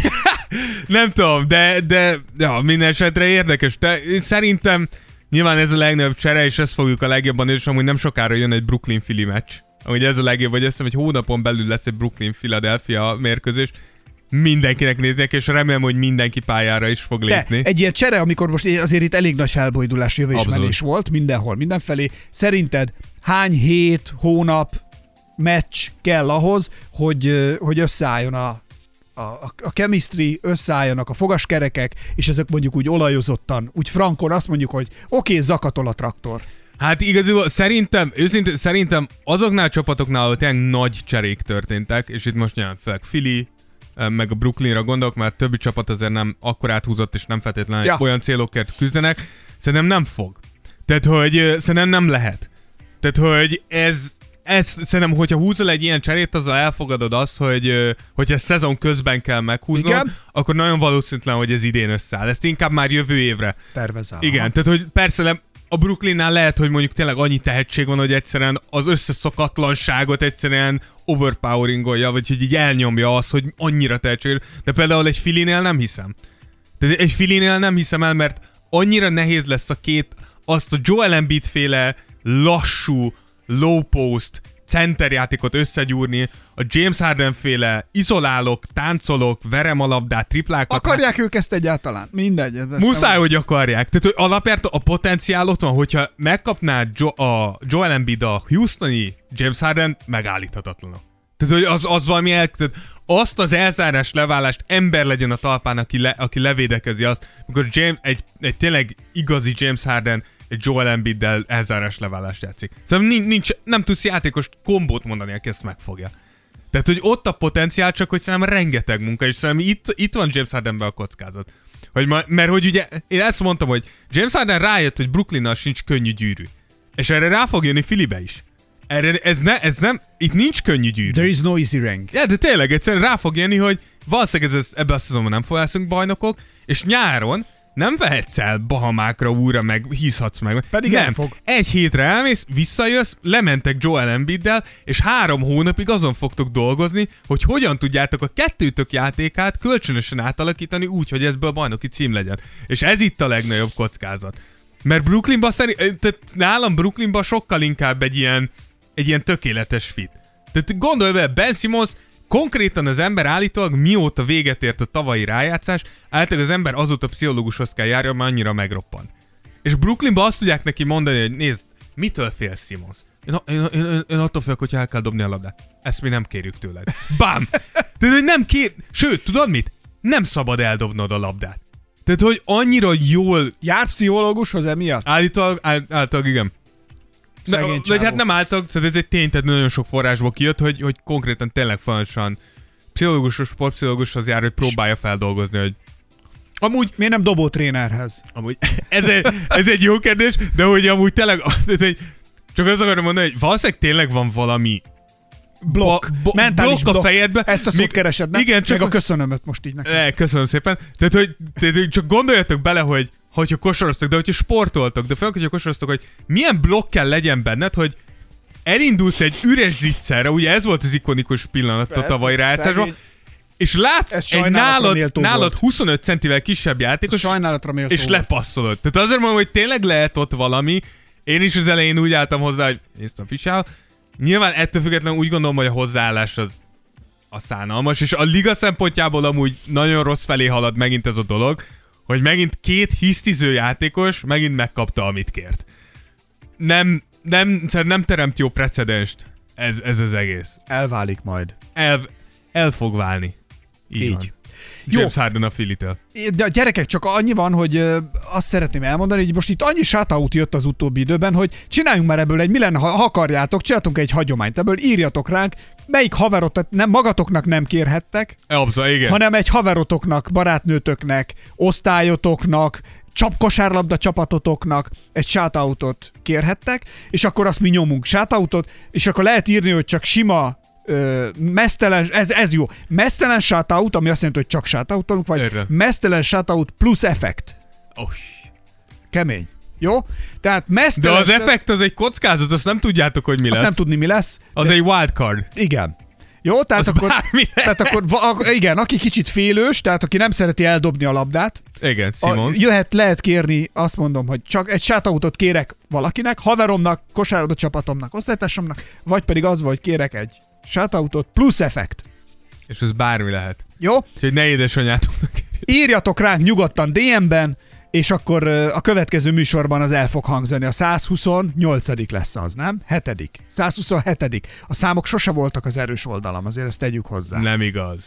Nem tudom, de, de ja, minden esetre érdekes. De szerintem nyilván ez a legnagyobb csere, és ezt fogjuk a legjobban, és amúgy nem sokára jön egy Brooklyn-Philly meccs. Amúgy ez a legjobb, hogy azt hiszem, hogy hónapon belül lesz egy Brooklyn-Philadelphia mérkőzés. Mindenkinek néznek, és remélem, hogy mindenki pályára is fog lépni. De egy ilyen csere, amikor most azért itt elég nagy felbojdulás, jövésmenés volt mindenhol, mindenfelé. Szerinted hány hét, hónap, meccs kell ahhoz, hogy, hogy összeálljon a, a, a chemistry, összeálljanak a fogaskerekek, és ezek mondjuk úgy olajozottan, úgy frankon azt mondjuk, hogy oké, okay, zakatol a traktor. Hát igazából szerintem, őszintén szerintem azoknál a csapatoknál, ahol tényleg nagy cserék történtek, és itt most nyilván főleg Philly, meg a Brooklynra gondolok, mert többi csapat azért nem akkor áthúzott, és nem feltétlenül ja. olyan célokért küzdenek, szerintem nem fog. Tehát, hogy szerintem nem lehet. Tehát, hogy ez Ez, szerintem, hogyha húzol egy ilyen cserét, azzal elfogadod azt, hogy hogyha ezt szezon közben kell meghúznod, igen. akkor nagyon valószínűtlen, hogy ez idén összeáll. Ezt inkább már jövő évre tervezel. Igen, aha. Tehát, hogy persze nem, a Brooklynnál lehet, hogy mondjuk tényleg annyi tehetség van, hogy egyszerűen az összeszokatlanságot egyszerűen overpoweringolja, vagy hogy így elnyomja az, hogy annyira tehetség. De például egy Phillynél nem hiszem. Tehát egy Phillynél nem hiszem el, mert annyira nehéz lesz a két, azt a Joel Embiid féle lassú, low post, centerjátékot összegyúrni, a James Harden féle izolálok, táncolok, verem a labdát, triplákat. Akarják hát... ők ezt egyáltalán? Mindegy. Muszáj, hogy akarják. Tehát, hogy alapjártan a potenciál ott van, hogyha megkapná jo- a Joel Embiid a Houstoni James Harden, megállíthatatlanok. Tehát, hogy az, az valami el... Tehát azt az elzárás, leválást ember legyen a talpán, aki, le, aki levédekezi azt, amikor James, egy, egy tényleg igazi James Harden egy Joel Embiiddel elzárás leválást játszik. Szóval nincs, nincs, nem tudsz játékos kombót mondani, aki ezt megfogja. Tehát, hogy ott a potenciál, csak hogy szerintem rengeteg munka, és szerintem itt, itt van James Hardenben a kockázat. Hogy ma, mert hogy ugye, én ezt mondtam, hogy James Harden rájött, hogy Brooklynnal sincs könnyű gyűrű. És erre rá fog jönni Phillybe is. Erre, ez, ne, ez nem, itt nincs könnyű gyűrű. There is no easy rank. Ja, de tényleg, egyszerűen rá fog jönni, hogy valószínűleg ez, ebben a szezonban nem fogászunk bajnokok, és nyáron nem vehetsz el Bahamákra újra, meg hízhatsz meg. Pedig nem. elfog. Egy hétre elmész, visszajössz, lementek Joel Embiiddel, és három hónapig azon fogtok dolgozni, hogy hogyan tudjátok a kettőtök játékát kölcsönösen átalakítani úgy, hogy ebből bajnoki cím legyen. És ez itt a legnagyobb kockázat. Mert Brooklynban szerint, tehát nálam Brooklynban sokkal inkább egy ilyen, egy ilyen tökéletes fit. Tehát gondolj be, Ben Simmons konkrétan az ember állítólag mióta véget ért a tavalyi rájátszás, általában az ember azóta pszichológushoz kell járja, mert annyira megroppan. És Brooklynban azt tudják neki mondani, hogy nézd, mitől félsz, Simmons? Én, én, én, én attól félek, hogyha el kell dobni a labdát. Ezt mi nem kérjük tőled. Bám! Tehát, hogy nem kér... Sőt, tudod mit? Nem szabad eldobnod a labdát. Tehát, hogy annyira jól... Jár pszichológushoz emiatt? Állítólag, áll, állítólag igen. De, vagy hát nem álltak, szóval ez egy tény, tehát nagyon sok forrásból kijött, hogy, hogy konkrétan tényleg fontosan pszichológus, sportpszichológushoz jár, hogy próbálja feldolgozni, hogy amúgy... Miért nem dobótrénerhez? Amúgy, ez egy, ez egy jó kérdés, de hogy amúgy tényleg, ez egy, csak azt akarom mondani, hogy valószínűleg tényleg van valami blokk, ba, bo, mentális blokk a fejedbe. Ezt a szót még, keresed, ne? Igen, csak meg a köszönömöt most így nekem. Ne, köszönöm szépen. Tehát, hogy, tehát, hogy csak gondoljatok bele, hogy hogyha kosaraztok, de hogyha sportoltok, de főleg, hogyha kosaraztok, hogy milyen blokk kell legyen benned, hogy elindulsz egy üres zicserre, ugye ez volt az ikonikus pillanat a tavalyi rájátszásban, és látsz egy nálad, nálad huszonöt centivel kisebb játékos, és volt. Lepasszolod. Tehát azért mondom, hogy tényleg lehet ott valami. Én is az elején úgy álltam hozzá, hogy néztem Fisál. Nyilván ettől függetlenül úgy gondolom, hogy a hozzáállás az a szánalmas, és a liga szempontjából amúgy nagyon rossz felé halad megint ez a dolog, hogy megint két hisztiző játékos megint megkapta, amit kért. Nem, nem, nem teremt jó precedenst ez, ez az egész. Elválik majd. El, el fog válni. Így, Így. Van. James Harden a Philly-től. De a gyerekek, csak annyi van, hogy ö, azt szeretném elmondani, hogy most itt annyi shoutout jött az utóbbi időben, hogy csináljunk már ebből egy, mi lenne, ha akarjátok, csináltunk egy hagyományt, ebből írjatok ránk, melyik haverotot nem, magatoknak nem kérhettek, Abszol, igen. hanem egy haverotoknak, barátnőtöknek, osztályotoknak, csapkosárlabda csapatotoknak egy shoutoutot kérhettek, és akkor azt mi nyomunk shoutoutot, és akkor lehet írni, hogy csak sima ö, mesztelen, ez, ez jó, mesztelen shoutout, ami azt jelenti, hogy csak shoutoutolunk, vagy Erre. mesztelen shoutout plusz effekt. Oh. Kemény. Jó? Tehát De mesztelen... az effekt az egy kockázat, azt nem tudjátok, hogy mi lesz. Azt nem tudni, mi lesz. Az de... egy wildcard. Igen. Jó, tehát Az akkor, bármi tehát akkor va, igen, aki kicsit félős, tehát aki nem szereti eldobni a labdát, Igen, a, Simon. jöhet, lehet kérni, azt mondom, hogy csak egy shoutoutot kérek valakinek, haveromnak, kosárlabda csapatomnak, osztálytársamnak, vagy pedig az, hogy kérek egy shoutoutot plusz effekt. És ez bármi lehet. Jó? Úgyhogy ne édesanyátoknak kérjük. Írjatok ránk nyugodtan dé em-ben, és akkor ö, a következő műsorban az el fog hangzani. A száz huszonnyolcadik lesz az, nem? hetedik száz huszonhetedik A számok sose voltak az erős oldalam, azért ezt tegyük hozzá. Nem igaz.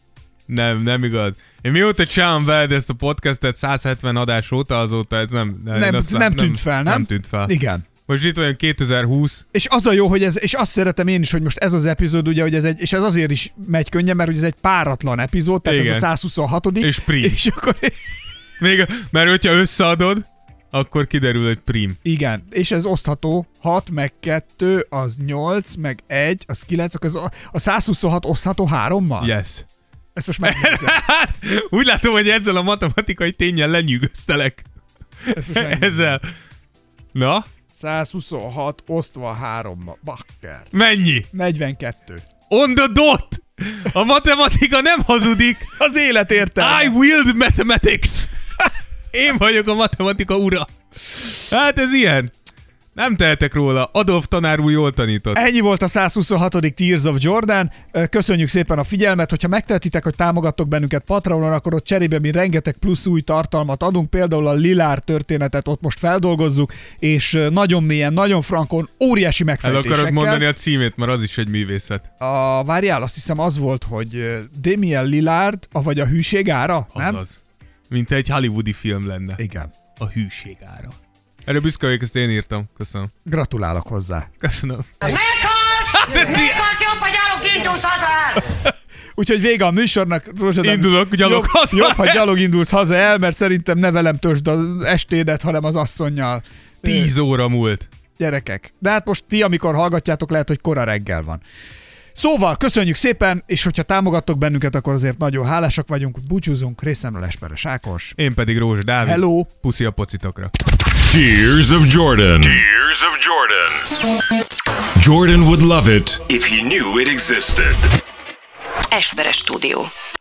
Nem, nem igaz. Én mióta csinálom veled ezt a podcastet száz hetven adás óta, azóta ez nem... Nem, nem, nem tűnt fel, nem? Nem tűnt fel. Igen. Most itt vagyunk kétezer-húsz. És az a jó, hogy ez, és azt szeretem én is, hogy most ez az epizód, ugye, hogy ez egy, és ez azért is megy könnyen, mert hogy ez egy páratlan epizód, tehát Igen. ez a száz huszonhatodik És prim. És akkor... Még, mert hogyha összeadod, akkor kiderül, hogy prim. Igen, és ez osztható, hat, meg kettő, az nyolc, meg egy, az kilenc, akkor az a száz huszonhat osztható hárommal? Yes. Ezt most megnézem. Hát, úgy látom, hogy ezzel a matematikai ténnyel lenyűgöztelek. Ezt most megnézem. Ezzel. Na? száz huszonhat osztva hárommal. Bakker. Mennyi? negyvenkettő. On the dot! A matematika nem hazudik. Az élet értelme. I willed mathematics. Én vagyok a matematika ura. Hát ez ilyen. Nem tehetek róla. Adolf tanár úr jól tanított. Ennyi volt a száz huszonhatodik Tears of Jordan. Köszönjük szépen a figyelmet. Hogyha megtehetitek, hogy támogattok bennünket Patreonon, akkor ott cserébe mi rengeteg plusz új tartalmat adunk. Például a Lillard történetet ott most feldolgozzuk, és nagyon mélyen, nagyon frankon, óriási El megfejtésekkel. akarod mondani a címét, mert az is egy művészet. A, várjál, azt hiszem az volt, hogy Damian Lillard, vagy a hűség ára, nem? Azaz. Mint egy hollywoodi film lenne. Igen. A hűség ára. Erre büszke vagyok, ezt én írtam. Köszönöm. Gratulálok hozzá. Köszönöm. Meghalsz! Meghalsz, jobb, hogy gyalog indulsz haza! Úgyhogy vége a műsornak. Rózsadám, Indulok, gyalog jobb, haza. Jobb, ha gyalog indulsz haza el, mert szerintem ne velem tösd az estédet, hanem az asszonnyal. Tíz óra múlt. Gyerekek. De hát most ti, amikor hallgatjátok, lehet, hogy kora reggel van. Szóval, köszönjük szépen, és hogyha támogattok bennünket, akkor azért nagyon hálásak vagyunk. Búcsúzunk, részemről Esperes Ákos. Én pedig Rózsa Dávid. Hello. Puszi a pocitokra. Tears of Jordan. Tears of Jordan. Jordan would love it if he knew it existed. Esperes Stúdió.